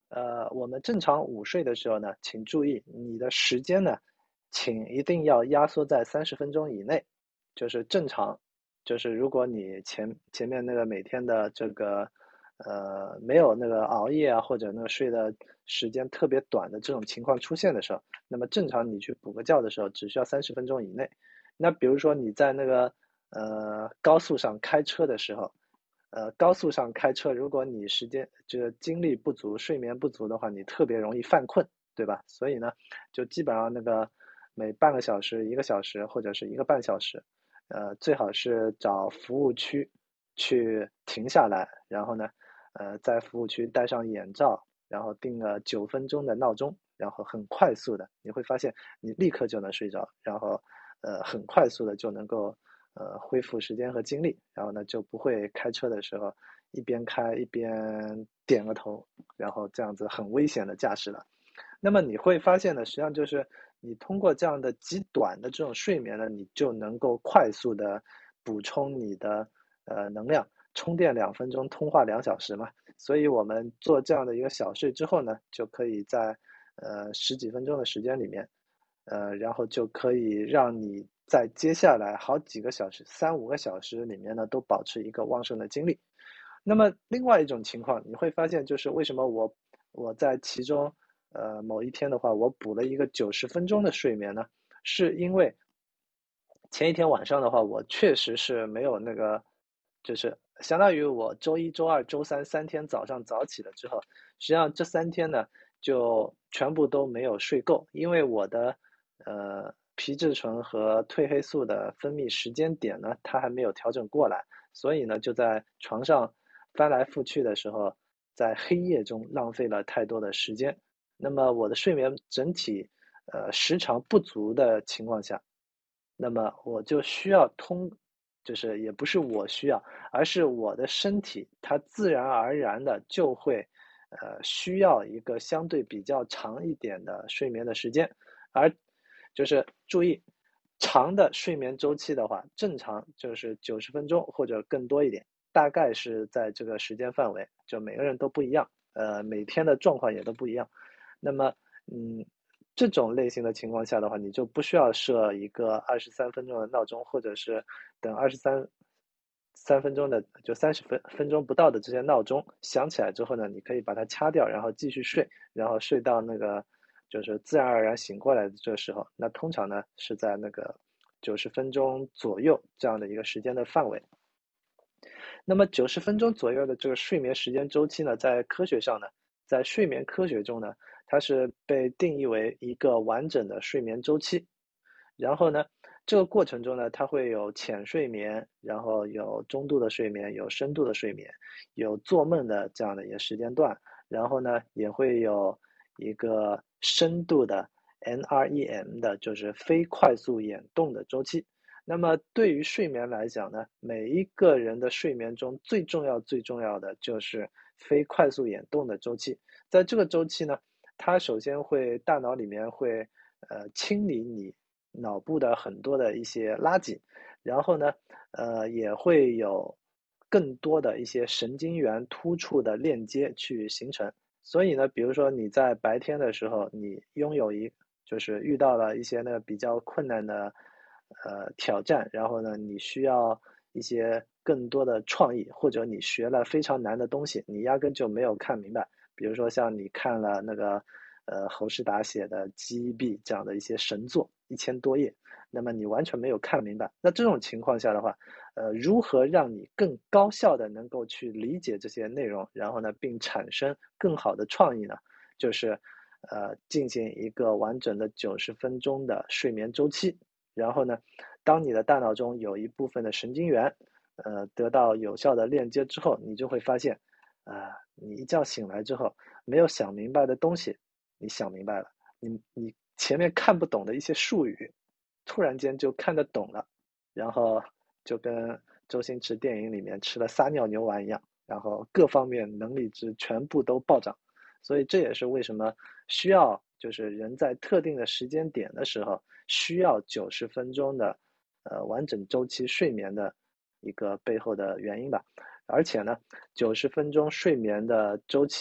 Speaker 3: 呃，我们正常午睡的时候呢，请注意你的时间呢，请一定要压缩在三十分钟以内，就是正常，就是如果你前前面那个每天的这个呃没有那个熬夜啊，或者那个睡的时间特别短的这种情况出现的时候，那么正常你去补个觉的时候，只需要三十分钟以内。那比如说你在那个呃高速上开车的时候，呃，高速上开车，如果你时间这个精力不足、睡眠不足的话，你特别容易犯困，对吧？所以呢，就基本上那个每半个小时、一个小时或者是一个半小时，呃，最好是找服务区去停下来，然后呢，呃，在服务区戴上眼罩，然后定个九分钟的闹钟，然后很快速的，你会发现你立刻就能睡着，然后呃，很快速的就能够。呃，恢复时间和精力，然后呢就不会开车的时候一边开一边点个头，然后这样子很危险的驾驶了。那么你会发现呢，实际上就是你通过这样的极短的这种睡眠呢，你就能够快速的补充你的呃能量，充电两分钟，通话两小时嘛。所以我们做这样的一个小睡之后呢，就可以在呃十几分钟的时间里面，呃，然后就可以让你在接下来好几个小时、三五个小时里面呢，都保持一个旺盛的精力。那么另外一种情况，你会发现就是为什么我我在其中呃某一天的话，我补了一个九十分钟的睡眠呢？是因为前一天晚上的话，我确实是没有那个，就是相当于我周一周二周三三天早上早起了之后，实际上这三天呢就全部都没有睡够，因为我的呃皮质醇和褪黑素的分泌时间点呢，它还没有调整过来，所以呢就在床上翻来覆去的时候，在黑夜中浪费了太多的时间。那么我的睡眠整体呃时长不足的情况下，那么我就需要通，就是也不是我需要，而是我的身体它自然而然的就会，呃，需要一个相对比较长一点的睡眠的时间，而就是注意，长的睡眠周期的话，正常就是九十分钟或者更多一点，大概是在这个时间范围，就每个人都不一样，呃，每天的状况也都不一样。那么，嗯，这种类型的情况下的话，你就不需要设一个二十三分钟的闹钟，或者是等二十三三分钟的，就三十分分钟不到的这些闹钟响起来之后呢，你可以把它掐掉，然后继续睡，然后睡到那个就是自然而然醒过来的这个时候，那通常呢是在那个九十分钟左右这样的一个时间的范围。那么九十分钟左右的这个睡眠时间周期呢，在科学上呢，在睡眠科学中呢，它是被定义为一个完整的睡眠周期。然后呢，这个过程中呢，它会有浅睡眠，然后有中度的睡眠，有深度的睡眠，有做梦的这样的一个时间段，然后呢，也会有一个深度的 N R E M 的，就是非快速眼动的周期。那么对于睡眠来讲呢，每一个人的睡眠中最重要、最重要的就是非快速眼动的周期。在这个周期呢，它首先会大脑里面会呃清理你脑部的很多的一些垃圾，然后呢，呃也会有更多的一些神经元突触的链接去形成。所以呢，比如说你在白天的时候，你拥有一就是遇到了一些那个比较困难的呃挑战，然后呢，你需要一些更多的创意，或者你学了非常难的东西，你压根就没有看明白。比如说像你看了那个呃侯世达写的 G E B 这样的一些神作，一千多页，那么你完全没有看明白。那这种情况下的话，呃，如何让你更高效的能够去理解这些内容，然后呢，并产生更好的创意呢？就是呃进行一个完整的九十分钟的睡眠周期，然后呢，当你的大脑中有一部分的神经元呃得到有效的链接之后，你就会发现，啊、呃，你一觉醒来之后，没有想明白的东西，你想明白了，你你前面看不懂的一些术语，突然间就看得懂了，然后就跟周星驰电影里面吃了撒尿牛丸一样，然后各方面能力值全部都暴涨。所以这也是为什么需要就是人在特定的时间点的时候需要九十分钟的呃完整周期睡眠的一个背后的原因吧。而且呢，九十分钟睡眠的周期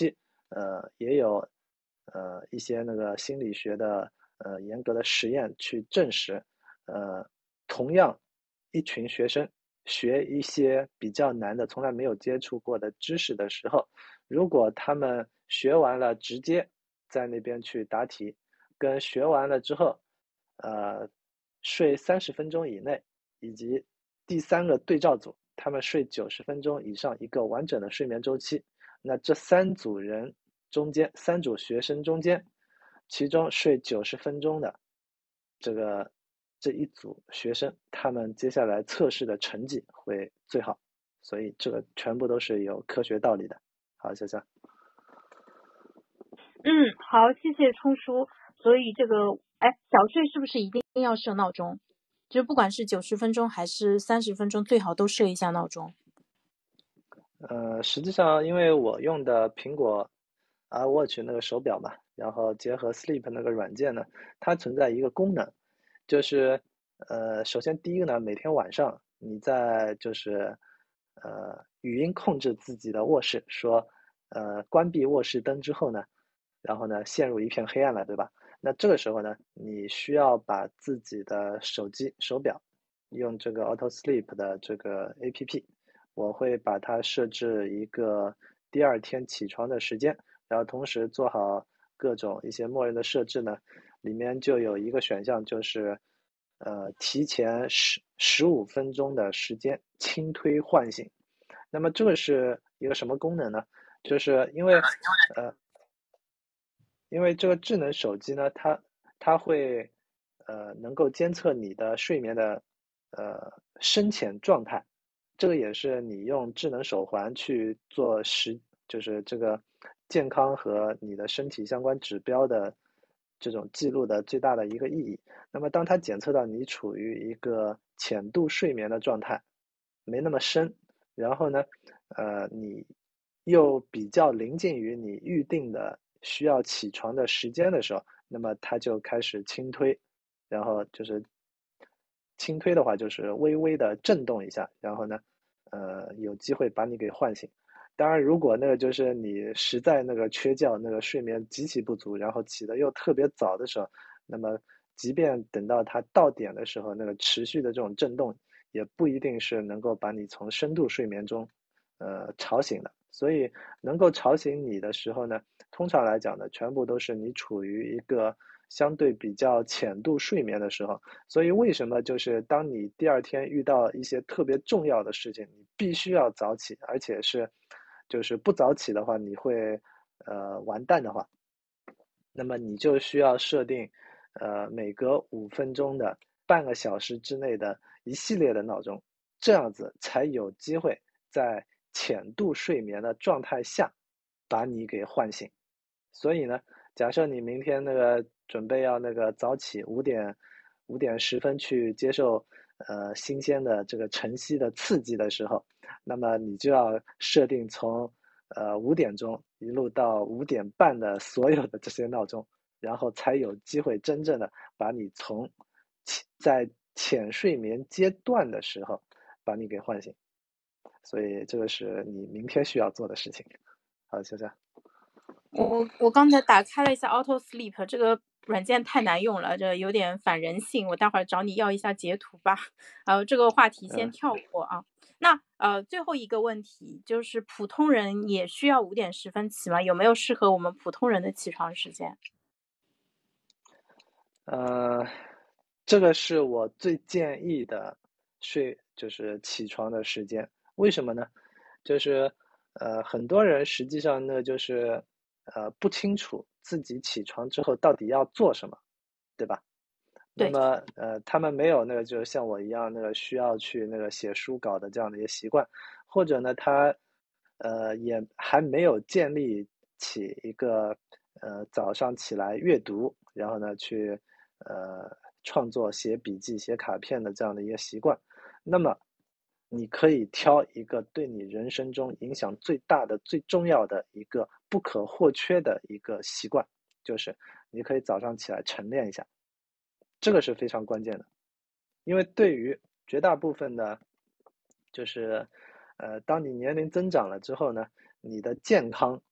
Speaker 3: 呃也有呃一些那个心理学的呃严格的实验去证实，呃同样一群学生学一些比较难的从来没有接触过的知识的时候，如果他们学完了直接在那边去答题，跟学完了之后呃睡三十分钟以内，以及第三个对照组他们睡九十分钟以上一个完整的睡眠周期，那这三组人中间，三组学生中间，其中睡九十分钟的这个这一组学生，他们接下来测试的成绩会最好，所以这个全部都是有科学道理的。好，潇潇。
Speaker 1: 嗯，好，谢谢冲叔。所以这个，哎，小睡是不是一定要设闹钟？就不管是九十分钟还是三十分钟，最好都设一下闹钟。
Speaker 3: 呃，实际上因为我用的苹果 iWatch 那个手表嘛，然后结合 Sleep 那个软件呢，它存在一个功能，就是呃，首先第一个呢，每天晚上你在就是呃语音控制自己的卧室，说呃关闭卧室灯之后呢，然后呢陷入一片黑暗了，对吧？那这个时候呢，你需要把自己的手机手表用这个 Auto Sleep 的这个 A P P。我会把它设置一个第二天起床的时间，然后同时做好各种一些默认的设置呢，里面就有一个选项就是呃提前十十五分钟的时间轻推唤醒。那么这个是一个什么功能呢？就是因为呃因为这个智能手机呢，它它会呃能够监测你的睡眠的呃深浅状态，这个也是你用智能手环去做实就是这个健康和你的身体相关指标的这种记录的最大的一个意义。那么当它检测到你处于一个浅度睡眠的状态，没那么深，然后呢，呃，你又比较临近于你预定的需要起床的时间的时候，那么它就开始轻推，然后就是轻推的话就是微微的震动一下，然后呢，呃，有机会把你给唤醒。当然，如果那个就是你实在那个缺觉，那个睡眠极其不足，然后起得又特别早的时候，那么即便等到它到点的时候，那个持续的这种震动，也不一定是能够把你从深度睡眠中，呃，吵醒的。所以能够吵醒你的时候呢，通常来讲呢，全部都是你处于一个相对比较浅度睡眠的时候。所以为什么就是当你第二天遇到一些特别重要的事情，你必须要早起，而且是就是不早起的话，你会呃完蛋的话，那么你就需要设定呃每隔五分钟的半个小时之内的一系列的闹钟，这样子才有机会在浅度睡眠的状态下把你给唤醒。所以呢，假设你明天那个准备要那个早起五点五点十分去接受呃新鲜的这个晨曦的刺激的时候，那么你就要设定从呃五点钟一路到五点半的所有的这些闹钟，然后才有机会真正的把你从在浅睡眠阶段的时候把你给唤醒。所以这个是你明天需要做的事情。好，谢谢。
Speaker 1: 我我刚才打开了一下 Auto Sleep 这个软件太难用了，这有点反人性，我待会儿找你要一下截图吧。呃，这个话题先跳过啊。那呃，最后一个问题就是普通人也需要五点十分起吗？有没有适合我们普通人的起床时间？
Speaker 3: 呃，这个是我最建议的睡，就是起床的时间。为什么呢？就是呃，很多人实际上呢，就是呃不清楚自己起床之后到底要做什么，对吧？那
Speaker 1: 对，
Speaker 3: 么呃，他们没有那个就是像我一样那个需要去那个写书稿的这样的一个习惯，或者呢，他呃也还没有建立起一个呃早上起来阅读，然后呢去呃创作、写笔记、写卡片的这样的一个习惯。那么你可以挑一个对你人生中影响最大的、最重要的一个不可或缺的一个习惯，就是你可以早上起来晨练一下。这个是非常关键的，因为对于绝大部分的，就是呃，当你年龄增长了之后呢，你的健康，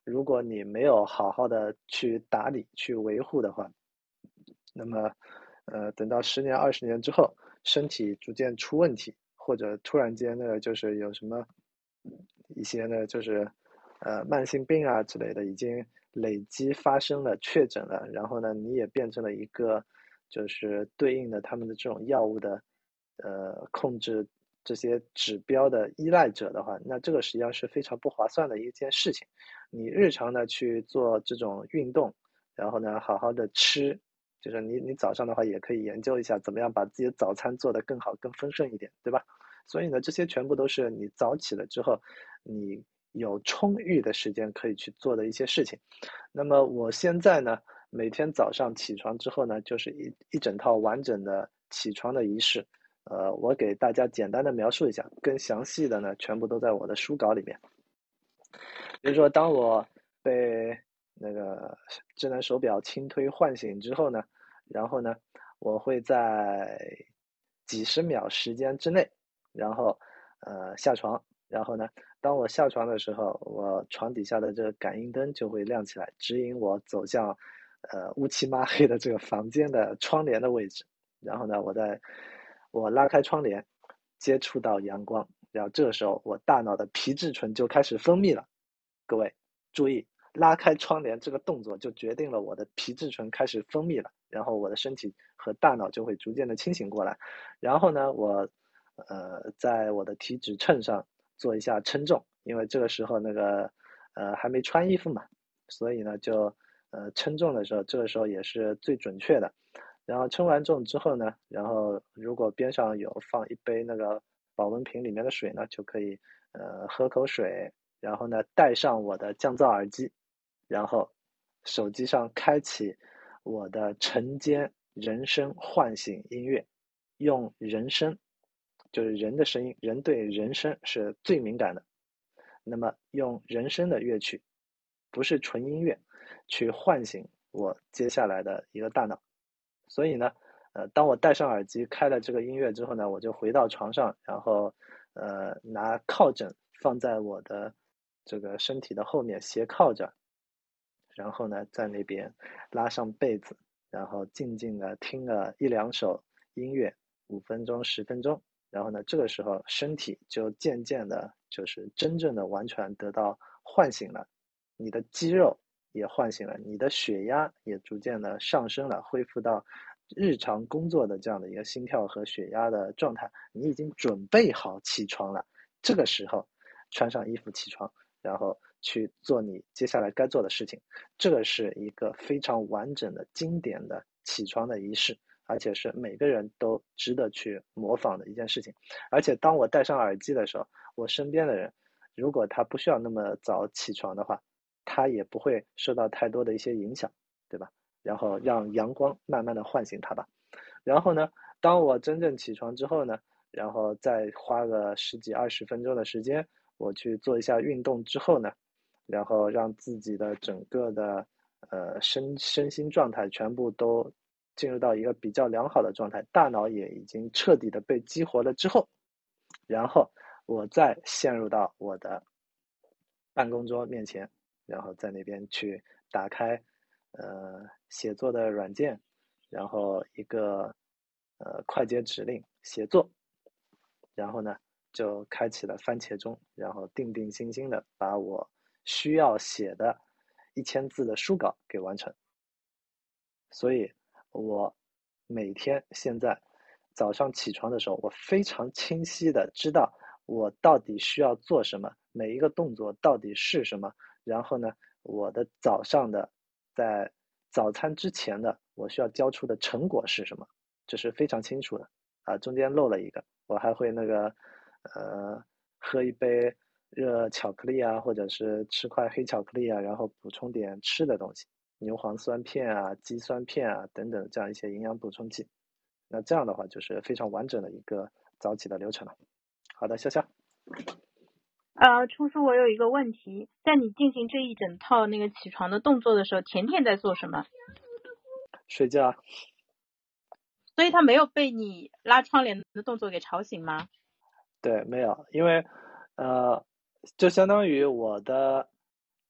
Speaker 3: 如果你没有好好的去打理、去维护的话，那么，呃，等到十年、二十年之后，身体逐渐出问题，或者突然间呢，就是有什么一些呢，就是呃慢性病啊之类的，已经累积发生了、确诊了，然后呢，你也变成了一个就是对应的他们的这种药物的呃控制这些指标的依赖者的话，那这个实际上是非常不划算的一件事情。你日常的去做这种运动，然后呢，好好的吃。就是你你早上的话也可以研究一下怎么样把自己的早餐做得更好更丰盛一点，对吧？所以呢，这些全部都是你早起了之后，你有充裕的时间可以去做的一些事情。那么我现在呢，每天早上起床之后呢，就是一一整套完整的起床的仪式。呃，我给大家简单的描述一下，更详细的呢，全部都在我的书稿里面。比如说，当我被那个智能手表轻推唤醒之后呢，然后呢，我会在几十秒时间之内，然后呃下床，然后呢，当我下床的时候，我床底下的这个感应灯就会亮起来，指引我走向呃乌漆抹黑的这个房间的窗帘的位置。然后呢，我在我拉开窗帘，接触到阳光，然后这个时候我大脑的皮质醇就开始分泌了。各位注意，拉开窗帘这个动作就决定了我的皮质醇开始分泌了，然后我的身体和大脑就会逐渐的清醒过来。然后呢，我呃在我的体脂秤上做一下称重，因为这个时候那个呃还没穿衣服嘛，所以呢就呃称重的时候，这个时候也是最准确的。然后称完重之后呢，然后如果边上有放一杯那个保温瓶里面的水呢，就可以呃喝口水。然后呢，戴上我的降噪耳机，然后手机上开启我的晨间人声唤醒音乐，用人声，就是人的声音，人对人声是最敏感的。那么用人声的乐曲，不是纯音乐，去唤醒我接下来的一个大脑。所以呢，呃，当我戴上耳机开了这个音乐之后呢，我就回到床上，然后呃拿靠枕放在我的这个身体的后面斜靠着，然后呢在那边拉上被子，然后静静的听了一两首音乐，五分钟十分钟，然后呢这个时候身体就渐渐的就是真正的完全得到唤醒了，你的肌肉也唤醒了，你的血压也逐渐的上升了，恢复到日常工作的这样的一个心跳和血压的状态，你已经准备好起床了。这个时候穿上衣服起床，然后去做你接下来该做的事情。这个是一个非常完整的经典的起床的仪式，而且是每个人都值得去模仿的一件事情。而且当我戴上耳机的时候，我身边的人如果他不需要那么早起床的话，他也不会受到太多的一些影响，对吧？然后让阳光慢慢的唤醒他吧。然后呢，当我真正起床之后呢，然后再花个十几二十分钟的时间，我去做一下运动之后呢，然后让自己的整个的呃身身心状态全部都进入到一个比较良好的状态，大脑也已经彻底的被激活了之后，然后我再陷入到我的办公桌面前，然后在那边去打开呃写作的软件，然后一个呃快捷指令写作，然后呢就开启了番茄钟，然后定定心心的把我需要写的一千字的书稿给完成。所以我每天现在早上起床的时候，我非常清晰的知道我到底需要做什么，每一个动作到底是什么，然后呢，我的早上的在早餐之前的我需要交出的成果是什么，这是非常清楚的啊。中间漏了一个，我还会那个呃喝一杯热巧克力啊，或者是吃块黑巧克力啊，然后补充点吃的东西。牛磺酸片啊、肌酸片啊等等这样一些营养补充剂。那这样的话就是非常完整的一个早起的流程了。好的，潇潇。
Speaker 1: 呃，冲叔，我有一个问题，在你进行这一整套那个起床的动作的时候，甜甜在做什么？
Speaker 3: 睡觉。
Speaker 1: 所以他没有被你拉窗帘的动作给吵醒吗？
Speaker 3: 对，没有，因为呃，就相当于我的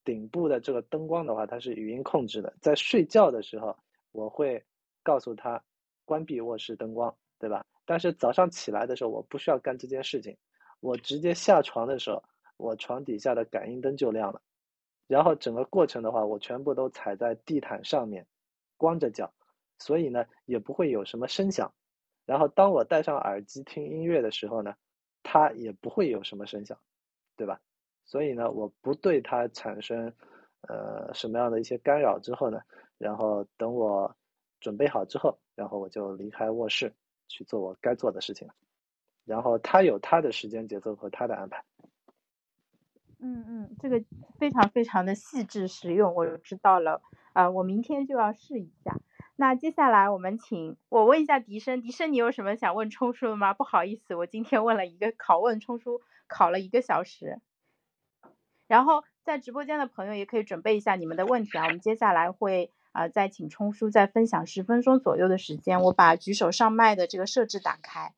Speaker 3: 顶部的这个灯光的话，它是语音控制的，在睡觉的时候，我会告诉他关闭卧室灯光，对吧？但是早上起来的时候，我不需要干这件事情，我直接下床的时候，我床底下的感应灯就亮了，然后整个过程的话，我全部都踩在地毯上面，光着脚，所以呢，也不会有什么声响。然后当我戴上耳机听音乐的时候呢，它也不会有什么声响，对吧？所以呢，我不对它产生呃什么样的一些干扰之后呢，然后等我准备好之后，然后我就离开卧室去做我该做的事情了。然后他有他的时间节奏和他的安排。
Speaker 1: 嗯嗯，这个非常非常的细致实用，我知道了。呃，我明天就要试一下。那接下来我们请我问一下笛声，笛声你有什么想问冲叔的吗？不好意思，我今天问了一个拷问冲叔，考了一个小时。然后在直播间的朋友也可以准备一下你们的问题啊，我们接下来会呃再请冲叔再分享十分钟左右的时间，我把举手上麦的这个设置打开。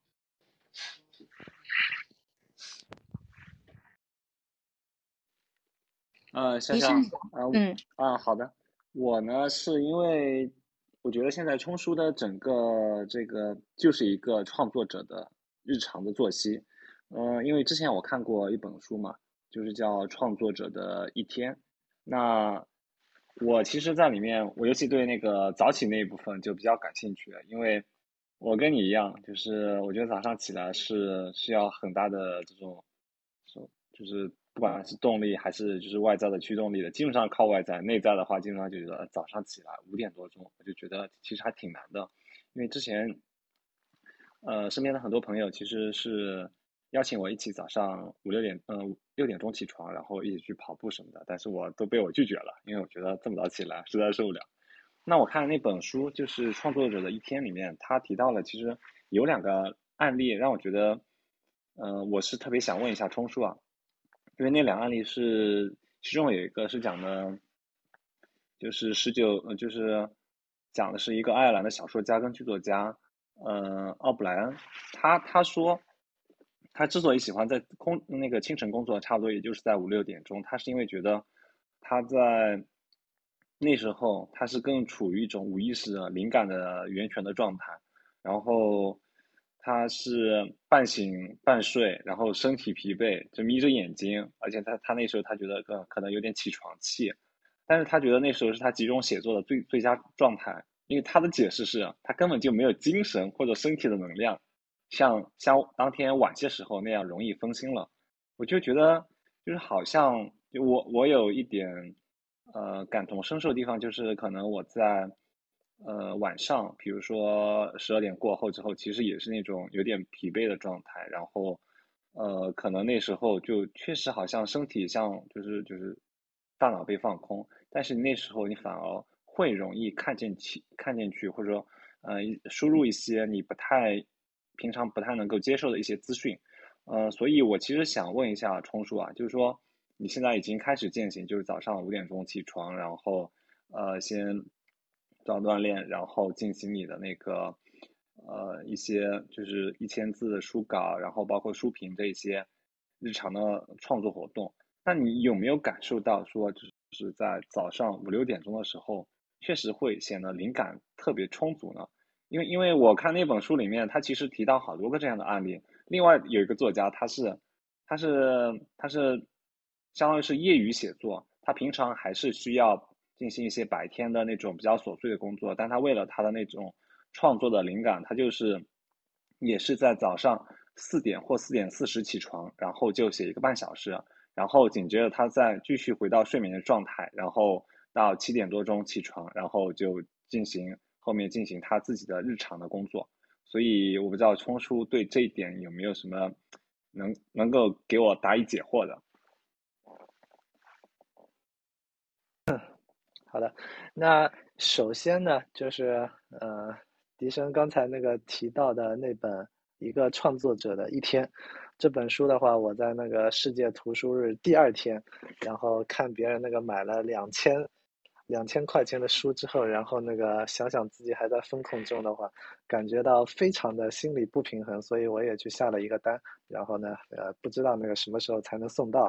Speaker 2: 呃，香
Speaker 1: 笛声，
Speaker 2: 香，啊、
Speaker 1: 嗯
Speaker 2: 啊，好的。我呢是因为我觉得现在冲叔的整个这个就是一个创作者的日常的作息。嗯、因为之前我看过一本书嘛，就是叫《创作者的一天》。那我其实，在里面，我尤其对那个早起那一部分就比较感兴趣了，因为我跟你一样，就是我觉得早上起来是需要很大的这种，就是不管是动力还是就是外在的驱动力的，基本上靠外在，内在的话，基本上就觉得早上起来五点多钟，我就觉得其实还挺难的，因为之前，呃，身边的很多朋友其实是邀请我一起早上五六点，嗯，六点钟起床，然后一起去跑步什么的，但是我都被我拒绝了，因为我觉得这么早起来实在受不了。那我看那本书就是《创作者的一天》里面，他提到了其实有两个案例让我觉得，嗯、我是特别想问一下冲叔啊，因为那两个案例是其中有一个是讲的，就是十九，呃，就是讲的是一个爱尔兰的小说家跟剧作家，呃，奥布莱恩，他他说，他之所以喜欢在空那个清晨工作，差不多也就是在五六点钟，他是因为觉得他在那时候他是更处于一种无意识的灵感的源泉的状态，然后他是半醒半睡，然后身体疲惫，就眯着眼睛，而且他他那时候他觉得可可能有点起床气，但是他觉得那时候是他集中写作的最最佳状态，因为他的解释是他根本就没有精神或者身体的能量，像像当天晚些时候那样容易分心了。我就觉得就是好像就我我有一点呃感同身受的地方，就是可能我在呃晚上，比如说十二点过后之后，其实也是那种有点疲惫的状态，然后呃可能那时候就确实好像身体像就是就是大脑被放空，但是那时候你反而会容易看进去看进去，或者说呃输入一些你不太平常不太能够接受的一些资讯。呃，所以我其实想问一下冲叔啊，就是说你现在已经开始践行，就是早上五点钟起床，然后呃先早锻炼，然后进行你的那个呃一些就是一千字的书稿，然后包括书评这一些日常的创作活动。那你有没有感受到说，就是在早上五六点钟的时候，确实会显得灵感特别充足呢？因为因为我看那本书里面，他其实提到好多个这样的案例。另外有一个作家，他是他是他是相当于是业余写作，他平常还是需要进行一些白天的那种比较琐碎的工作，但他为了他的那种创作的灵感，他就是也是在早上四点或四点四十起床，然后就写一个半小时，然后紧接着他再继续回到睡眠的状态，然后到七点多钟起床，然后就进行后面进行他自己的日常的工作。所以我不知道冲叔对这一点有没有什么能能够给我答疑解惑的。
Speaker 3: 好的，那首先呢，就是呃，笛声刚才那个提到的那本《一个创作者的一天》这本书的话，我在那个世界图书日第二天，然后看别人那个买了两千两千块钱的书之后，然后那个想想自己还在风控中的话，感觉到非常的心理不平衡，所以我也去下了一个单，然后呢，呃，不知道那个什么时候才能送到。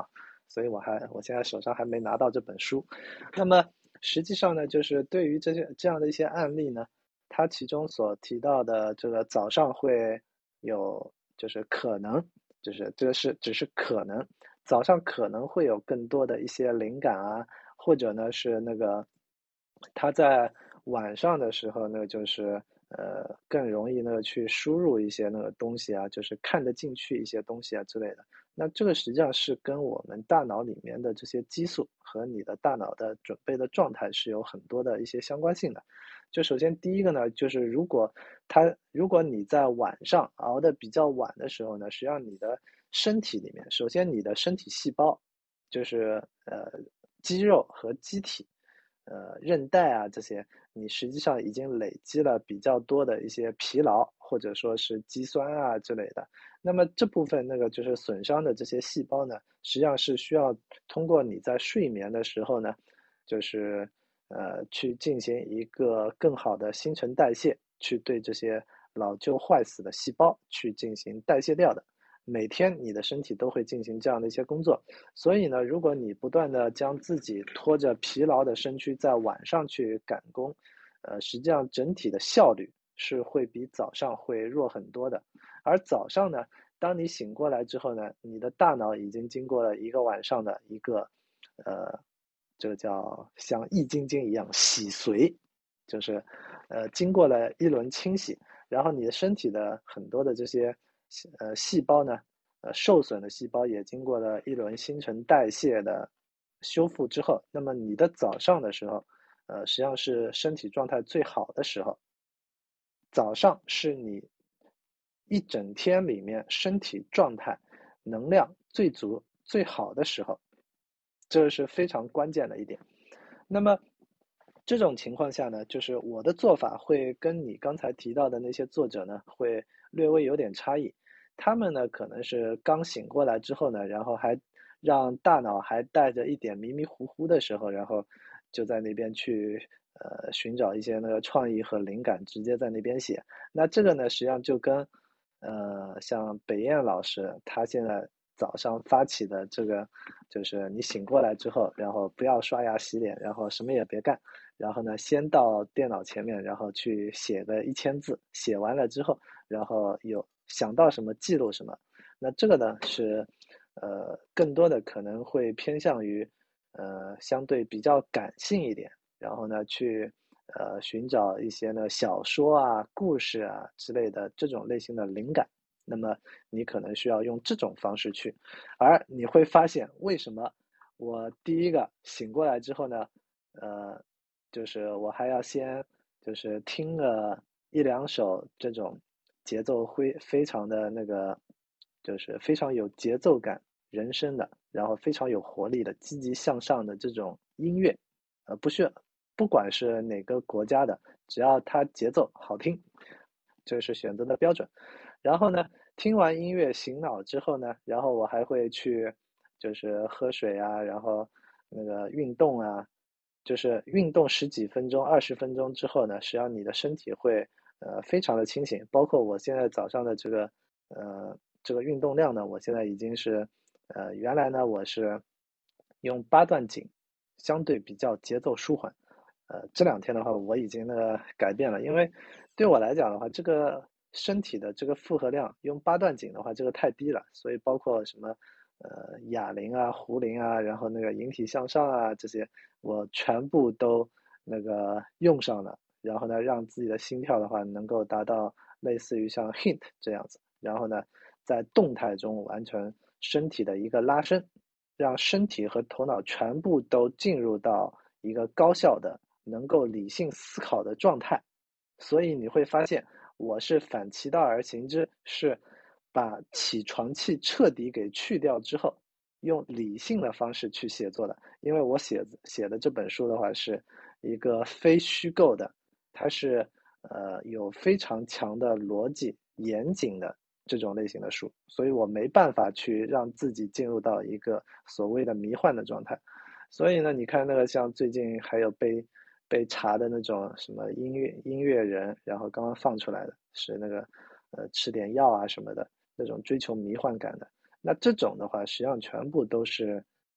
Speaker 3: 所以我还我现在手上还没拿到这本书。那么实际上呢，就是对于这些这样的一些案例呢，它其中所提到的这个早上会有，就是可能，就是这个是只是可能，早上可能会有更多的一些灵感啊，或者呢是那个他在晚上的时候呢，就是呃更容易那个去输入一些那个东西啊，就是看得进去一些东西啊之类的。那这个实际上是跟我们大脑里面的这些激素和你的大脑的准备的状态是有很多的一些相关性的。就首先第一个呢，就是如果他如果你在晚上熬得比较晚的时候呢，实际上你的身体里面，首先你的身体细胞，就是呃肌肉和机体，呃韧带啊这些，你实际上已经累积了比较多的一些疲劳，或者说是肌酸啊之类的。那么这部分那个就是损伤的这些细胞呢，实际上是需要通过你在睡眠的时候呢，就是呃去进行一个更好的新陈代谢，去对这些老旧坏死的细胞去进行代谢掉的。每天你的身体都会进行这样的一些工作，所以呢，如果你不断的将自己拖着疲劳的身躯在晚上去赶工，呃，实际上整体的效率是会比早上会弱很多的。而早上呢，当你醒过来之后呢，你的大脑已经经过了一个晚上的一个，呃，这个叫像易筋经一样洗髓，就是呃经过了一轮清洗，然后你的身体的很多的这些呃细胞呢，呃受损的细胞也经过了一轮新陈代谢的修复之后，那么你的早上的时候，呃实际上是身体状态最好的时候。早上是你一整天里面身体状态、能量最足、最好的时候，这是非常关键的一点。那么这种情况下呢，就是我的做法会跟你刚才提到的那些作者呢，会略微有点差异。他们呢，可能是刚醒过来之后呢，然后还让大脑还带着一点迷迷糊糊的时候，然后就在那边去呃寻找一些那个创意和灵感，直接在那边写。那这个呢，实际上就跟呃像北燕老师他现在早上发起的这个，就是你醒过来之后，然后不要刷牙洗脸，然后什么也别干，然后呢，先到电脑前面，然后去写个一千字，写完了之后，然后有想到什么记录什么。那这个呢是，呃，更多的可能会偏向于，呃，相对比较感性一点，然后呢去，呃，寻找一些呢小说啊、故事啊之类的这种类型的灵感。那么你可能需要用这种方式去，而你会发现为什么我第一个醒过来之后呢，呃，就是我还要先就是听了一两首这种节奏会非常的那个，就是非常有节奏感、人声的，然后非常有活力的、积极向上的这种音乐，呃，不需要，不管是哪个国家的，只要它节奏好听，这是选择的标准。然后呢，听完音乐醒脑之后呢，然后我还会去就是喝水啊，然后那个运动啊，就是运动十几分钟、二十分钟之后呢，实际上你的身体会呃非常的清醒。包括我现在早上的这个呃这个运动量呢，我现在已经是呃原来呢我是用八段锦，相对比较节奏舒缓。呃，这两天的话，我已经那个改变了，因为对我来讲的话，这个身体的这个负荷量用八段锦的话，这个太低了，所以包括什么呃哑铃啊、壶铃啊，然后那个引体向上啊这些，我全部都那个用上了，然后呢，让自己的心跳的话能够达到类似于像 H I I T 这样子，然后呢，在动态中完成身体的一个拉伸，让身体和头脑全部都进入到一个高效的能够理性思考的状态。所以你会发现，我是反其道而行之，是把起床气彻底给去掉之后，用理性的方式去写作的。因为我写写的这本书的话，是一个非虚构的，它是呃有非常强的逻辑、严谨的这种类型的书，所以我没办法去让自己进入到一个所谓的迷幻的状态。所以呢，你看那个像最近还有被被查的那种什么音乐音乐人，然后刚刚放出来的是那个呃吃点药啊什么的，那种追求迷幻感的，那这种的话，实际上全部都是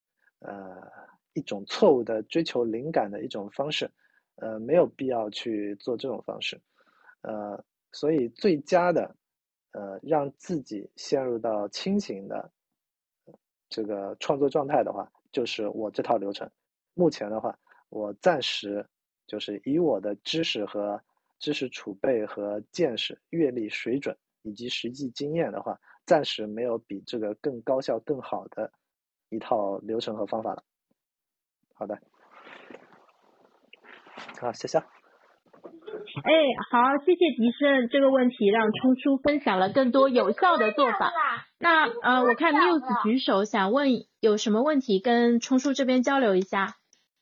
Speaker 3: 呃一种错误的追求灵感的一种方式，呃，没有必要去做这种方式，呃，所以最佳的，呃，让自己陷入到清醒的这个创作状态的话，就是我这套流程。目前的话，我暂时就是以我的知识和知识储备和见识、阅历水准以及实际经验的话，暂时没有比这个更高效、更好的一套流程和方法了。好的，好，谢谢。
Speaker 4: 哎，好，谢谢迪胜，这个问题让冲叔分享了更多有效的做法。那呃，我看 Muse 举手想问有什么问题跟冲叔这边交流一下。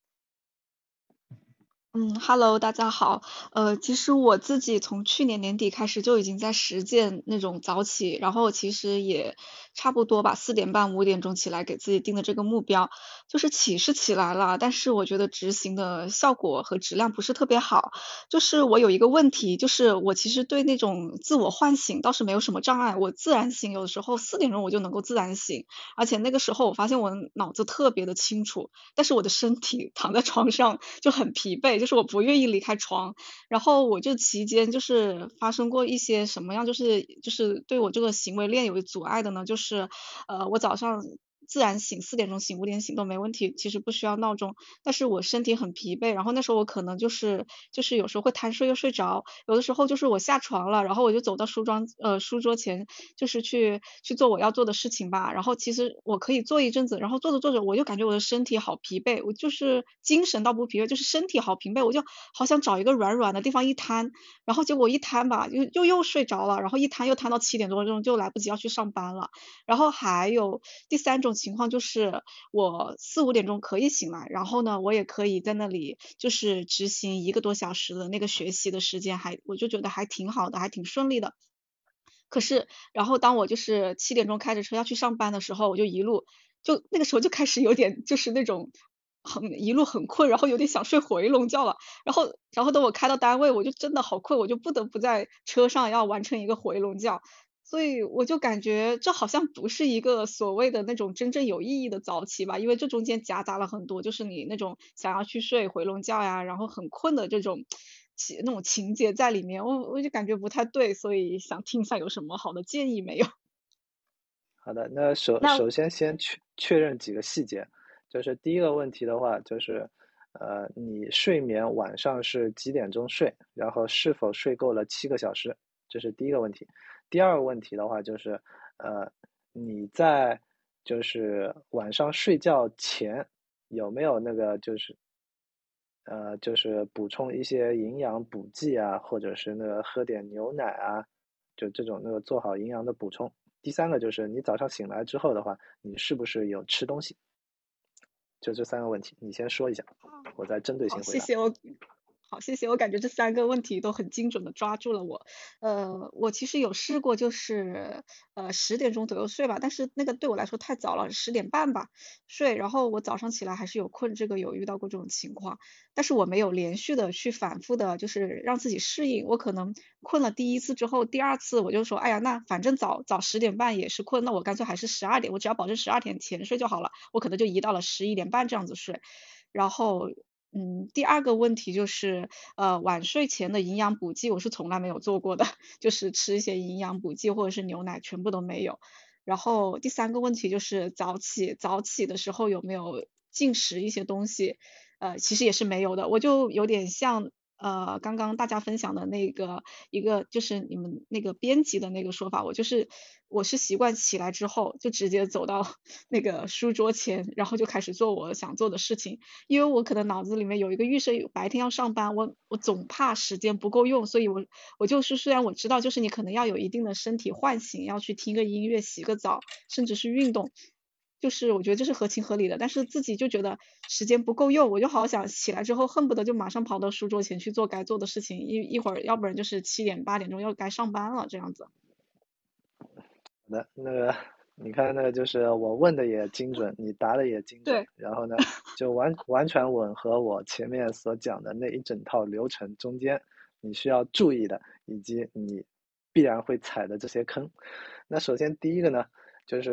Speaker 5: 嗯 ，Hello， 大家好。呃，其实我自己从去年年底开始就已经在实践那种早起，然后其实也差不多吧，四点半五点钟起来给自己定的这个目标，就是起是起来了，但是我觉得执行的效果和质量不是特别好。就是我有一个问题，就是我其实对那种自我唤醒倒是没有什么障碍，我自然醒，有的时候四点钟我就能够自然醒，而且那个时候我发现我脑子特别的清楚，但是我的身体躺在床上就很疲惫。就是我不愿意离开床，然后我这期间就是发生过一些什么样，就是就是对我这个行为链有阻碍的呢？就是呃，我早上自然醒，四点钟醒，五点醒都没问题，其实不需要闹钟。但是我身体很疲惫，然后那时候我可能就是就是有时候会贪睡又睡着，有的时候就是我下床了，然后我就走到书桌呃书桌前，就是去去做我要做的事情吧。然后其实我可以做一阵子，然后做着做着我就感觉我的身体好疲惫，我就是精神倒不疲惫，就是身体好疲惫，我就好想找一个软软的地方一瘫，然后结果一瘫吧，又又又睡着了，然后一瘫又瘫到七点多钟，就来不及要去上班了。然后还有第三种情况就是我四五点钟可以醒来，然后呢，我也可以在那里就是执行一个多小时的那个学习的时间，还我就觉得还挺好的，还挺顺利的。可是，然后当我就是七点钟开着车要去上班的时候，我就一路就那个时候就开始有点就是那种很一路很困，然后有点想睡回笼觉了。然后，然后等我开到单位，我就真的好困，我就不得不在车上要完成一个回笼觉。所以我就感觉这好像不是一个所谓的那种真正有意义的早起吧，因为这中间夹杂了很多，就是你那种想要去睡回笼觉呀，然后很困的这种情那种情节在里面，我我就感觉不太对，所以想听一下有什么好的建议没有？
Speaker 3: 好的，那首
Speaker 4: 那
Speaker 3: 首先先确确认几个细节，就是第一个问题的话，就是呃，你睡眠晚上是几点钟睡，然后是否睡够了七个小时，这是第一个问题。第二个问题的话就是呃，你在就是晚上睡觉前有没有那个就是呃就是补充一些营养补剂啊，或者是那个喝点牛奶啊，就这种那个做好营养的补充。第三个就是你早上醒来之后的话，你是不是有吃东西？就这三个问题，你先说一下，我再针对
Speaker 5: 好，
Speaker 3: 性回答。
Speaker 5: 谢谢我。好，谢谢。我感觉这三个问题都很精准的抓住了我。呃，我其实有试过，就是呃十点钟左右睡吧，但是那个对我来说太早了，十点半吧睡，然后我早上起来还是有困，这个有遇到过这种情况，但是我没有连续的去反复的，就是让自己适应。我可能困了第一次之后，第二次我就说，哎呀，那反正早早十点半也是困，那我干脆还是十二点，我只要保证十二点前睡就好了，我可能就移到了十一点半这样子睡，然后。嗯，第二个问题就是，呃，晚睡前的营养补剂我是从来没有做过的，就是吃一些营养补剂或者是牛奶，全部都没有。然后第三个问题就是早起，早起的时候有没有进食一些东西？呃，其实也是没有的，我就有点像呃刚刚大家分享的那个一个就是你们那个编辑的那个说法，我就是我是习惯起来之后就直接走到那个书桌前，然后就开始做我想做的事情，因为我可能脑子里面有一个预设，白天要上班，我我总怕时间不够用，所以我我就是虽然我知道就是你可能要有一定的身体唤醒，要去听个音乐、洗个澡，甚至是运动。就是我觉得这是合情合理的，但是自己就觉得时间不够用，我就好想起来之后恨不得就马上跑到书桌前去做该做的事情，一一会儿要不然就是七点八点钟要该上班了这样子。
Speaker 3: 好的，那个你看，那个就是我问的也精准，你答的也精准，
Speaker 5: 对，
Speaker 3: 然后呢，就完完全吻合我前面所讲的那一整套流程中间你需要注意的，以及你必然会踩的这些坑。那首先第一个呢，就是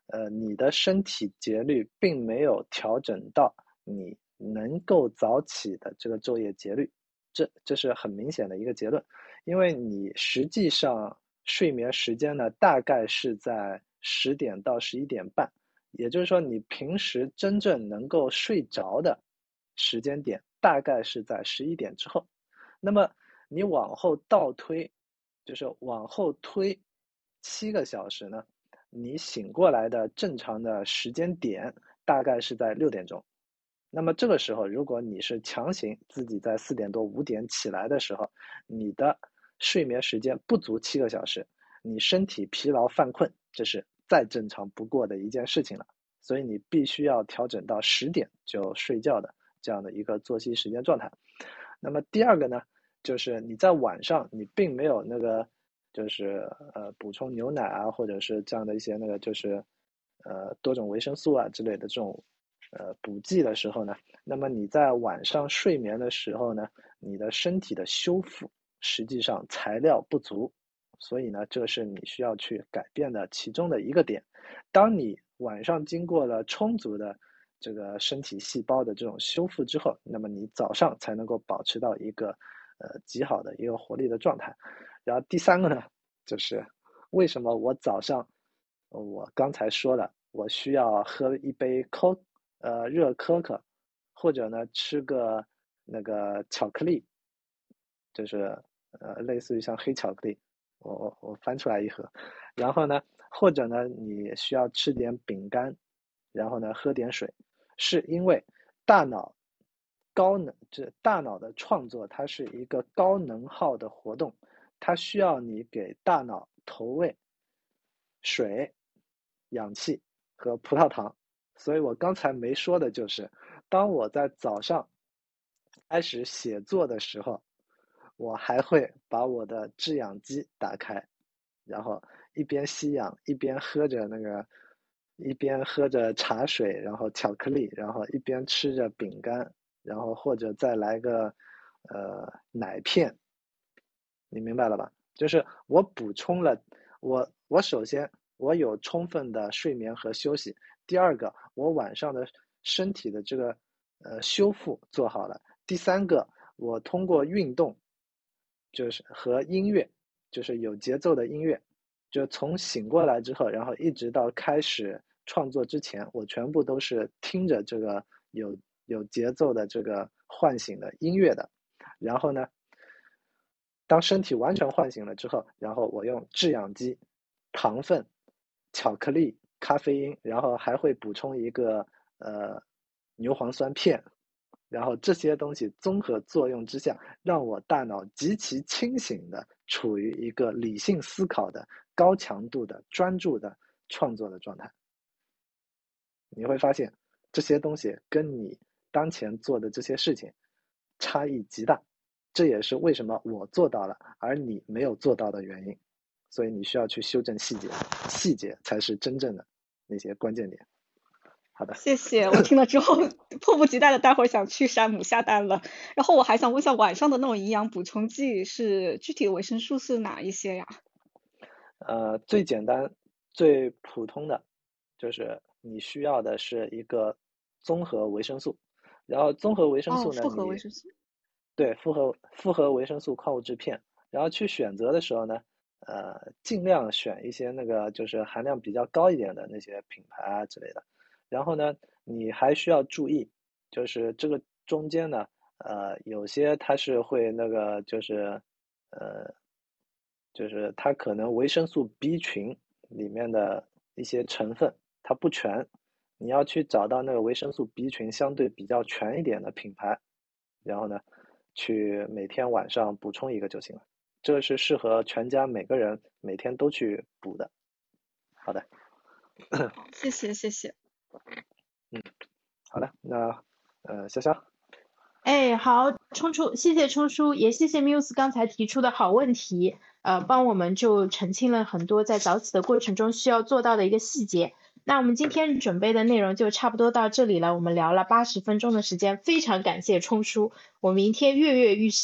Speaker 3: 呃，你的身体节律并没有调整到你能够早起的这个昼夜节律，这这是很明显的一个结论。因为你实际上睡眠时间呢，大概是在十点到十一点半，也就是说你平时真正能够睡着的时间点大概是在十一点之后。那么你往后倒推，就是往后推七个小时呢，你醒过来的正常的时间点大概是在六点钟。那么这个时候，如果你是强行自己在四点多五点起来的时候，你的睡眠时间不足七个小时，你身体疲劳犯困，这是再正常不过的一件事情了。所以你必须要调整到十点就睡觉的这样的一个作息时间状态。那么第二个呢，就是你在晚上你并没有那个就是呃补充牛奶啊，或者是这样的一些那个就是呃多种维生素啊之类的这种呃补剂的时候呢，那么你在晚上睡眠的时候呢，你的身体的修复实际上材料不足，所以呢这是你需要去改变的其中的一个点。当你晚上经过了充足的这个身体细胞的这种修复之后，那么你早上才能够保持到一个呃极好的一个活力的状态。然后第三个呢，就是为什么我早上我刚才说了，我需要喝一杯可呃热可可，或者呢吃个那个巧克力，就是呃类似于像黑巧克力，我我我翻出来一盒，然后呢或者呢你需要吃点饼干，然后呢喝点水，是因为大脑高能这大脑的创作它是一个高能耗的活动，它需要你给大脑投喂水、氧气和葡萄糖。所以我刚才没说的就是，当我在早上开始写作的时候，我还会把我的制氧机打开，然后一边吸氧一边喝着那个一边喝着茶水，然后巧克力，然后一边吃着饼干，然后或者再来个呃奶片，你明白了吧？就是我补充了，我我首先我有充分的睡眠和休息，第二个我晚上的身体的这个呃修复做好了，第三个我通过运动，就是和音乐，就是有节奏的音乐，就从醒过来之后，然后一直到开始创作之前，我全部都是听着这个有有节奏的这个唤醒的音乐的。然后呢，当身体完全唤醒了之后，然后我用制氧机、糖分、巧克力、咖啡因，然后还会补充一个呃牛磺酸片，然后这些东西综合作用之下，让我大脑极其清醒的处于一个理性思考的高强度的专注的创作的状态。你会发现这些东西跟你当前做的这些事情差异极大，这也是为什么我做到了而你没有做到的原因。所以你需要去修正细节，细节才是真正的那些关键点。好的，
Speaker 5: 谢谢，我听了之后迫不及待的待会儿想去山姆下单了。然后我还想问一下，晚上的那种营养补充剂是具体的维生素是哪一些呀？
Speaker 3: 呃，最简单、最普通的，就是你需要的是一个综合维生素，然后综合维生素呢，
Speaker 5: 哦，复合
Speaker 3: 你
Speaker 5: 维生素。
Speaker 3: 对复合复合维生素矿物质片，然后去选择的时候呢，呃，尽量选一些那个就是含量比较高一点的那些品牌啊之类的。然后呢，你还需要注意，就是这个中间呢，呃，有些它是会那个就是呃。就是它可能维生素 B 群里面的一些成分它不全，你要去找到那个维生素 B 群相对比较全一点的品牌，然后呢，去每天晚上补充一个就行了。这个是适合全家每个人每天都去补的。好的，
Speaker 5: 谢谢谢谢。
Speaker 3: 嗯，好的，那呃，潇潇。
Speaker 4: 哎，好，冲叔，谢谢冲叔，也谢谢 Muse 刚才提出的好问题，呃，帮我们就澄清了很多在早起的过程中需要做到的一个细节。那我们今天准备的内容就差不多到这里了，我们聊了八十分钟的时间，非常感谢冲叔，我明天跃跃欲试。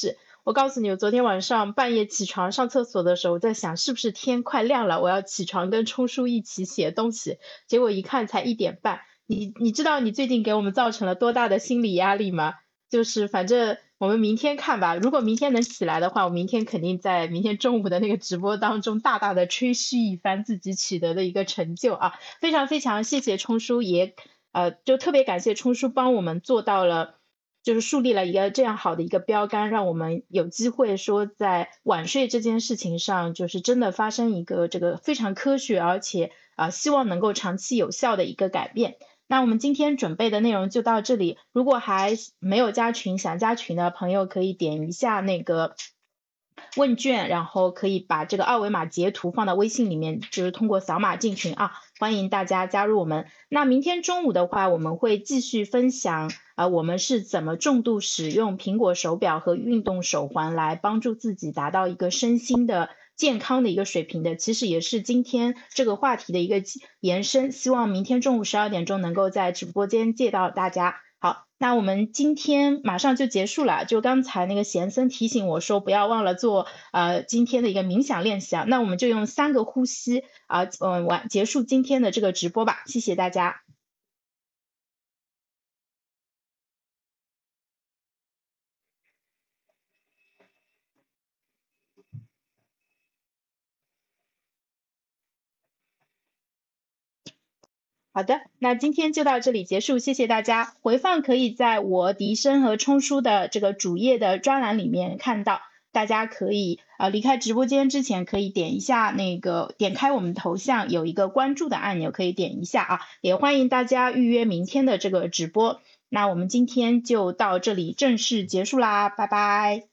Speaker 4: 我告诉你，我昨天晚上半夜起床上厕所的时候，我在想是不是天快亮了，我要起床跟冲叔一起写东西，结果一看才一点半。你你知道你最近给我们造成了多大的心理压力吗？就是反正我们明天看吧，如果明天能起来的话，我明天肯定在明天中午的那个直播当中大大的吹嘘一番自己取得的一个成就啊！非常非常谢谢冲叔，也呃就特别感谢冲叔帮我们做到了，就是树立了一个这样好的一个标杆，让我们有机会说在晚睡这件事情上，就是真的发生一个这个非常科学而且啊、呃、希望能够长期有效的一个改变。那我们今天准备的内容就到这里，如果还没有加群想加群的朋友可以点一下那个问卷，然后可以把这个二维码截图放到微信里面，就是通过扫码进群啊，欢迎大家加入我们。那明天中午的话，我们会继续分享啊、呃，我们是怎么重度使用苹果手表和运动手环来帮助自己达到一个身心的健康的一个水平的，其实也是今天这个话题的一个延伸，希望明天中午十二点钟能够在直播间见到大家。好，那我们今天马上就结束了，就刚才那个贤森提醒我说不要忘了做呃今天的一个冥想练习啊，那我们就用三个呼吸啊，嗯、呃，完结束今天的这个直播吧，谢谢大家。好的，那今天就到这里结束，谢谢大家。回放可以在我笛声和冲叔的这个主页的专栏里面看到，大家可以呃离开直播间之前可以点一下那个点开我们头像有一个关注的按钮，可以点一下啊，也欢迎大家预约明天的这个直播。那我们今天就到这里正式结束啦，拜拜。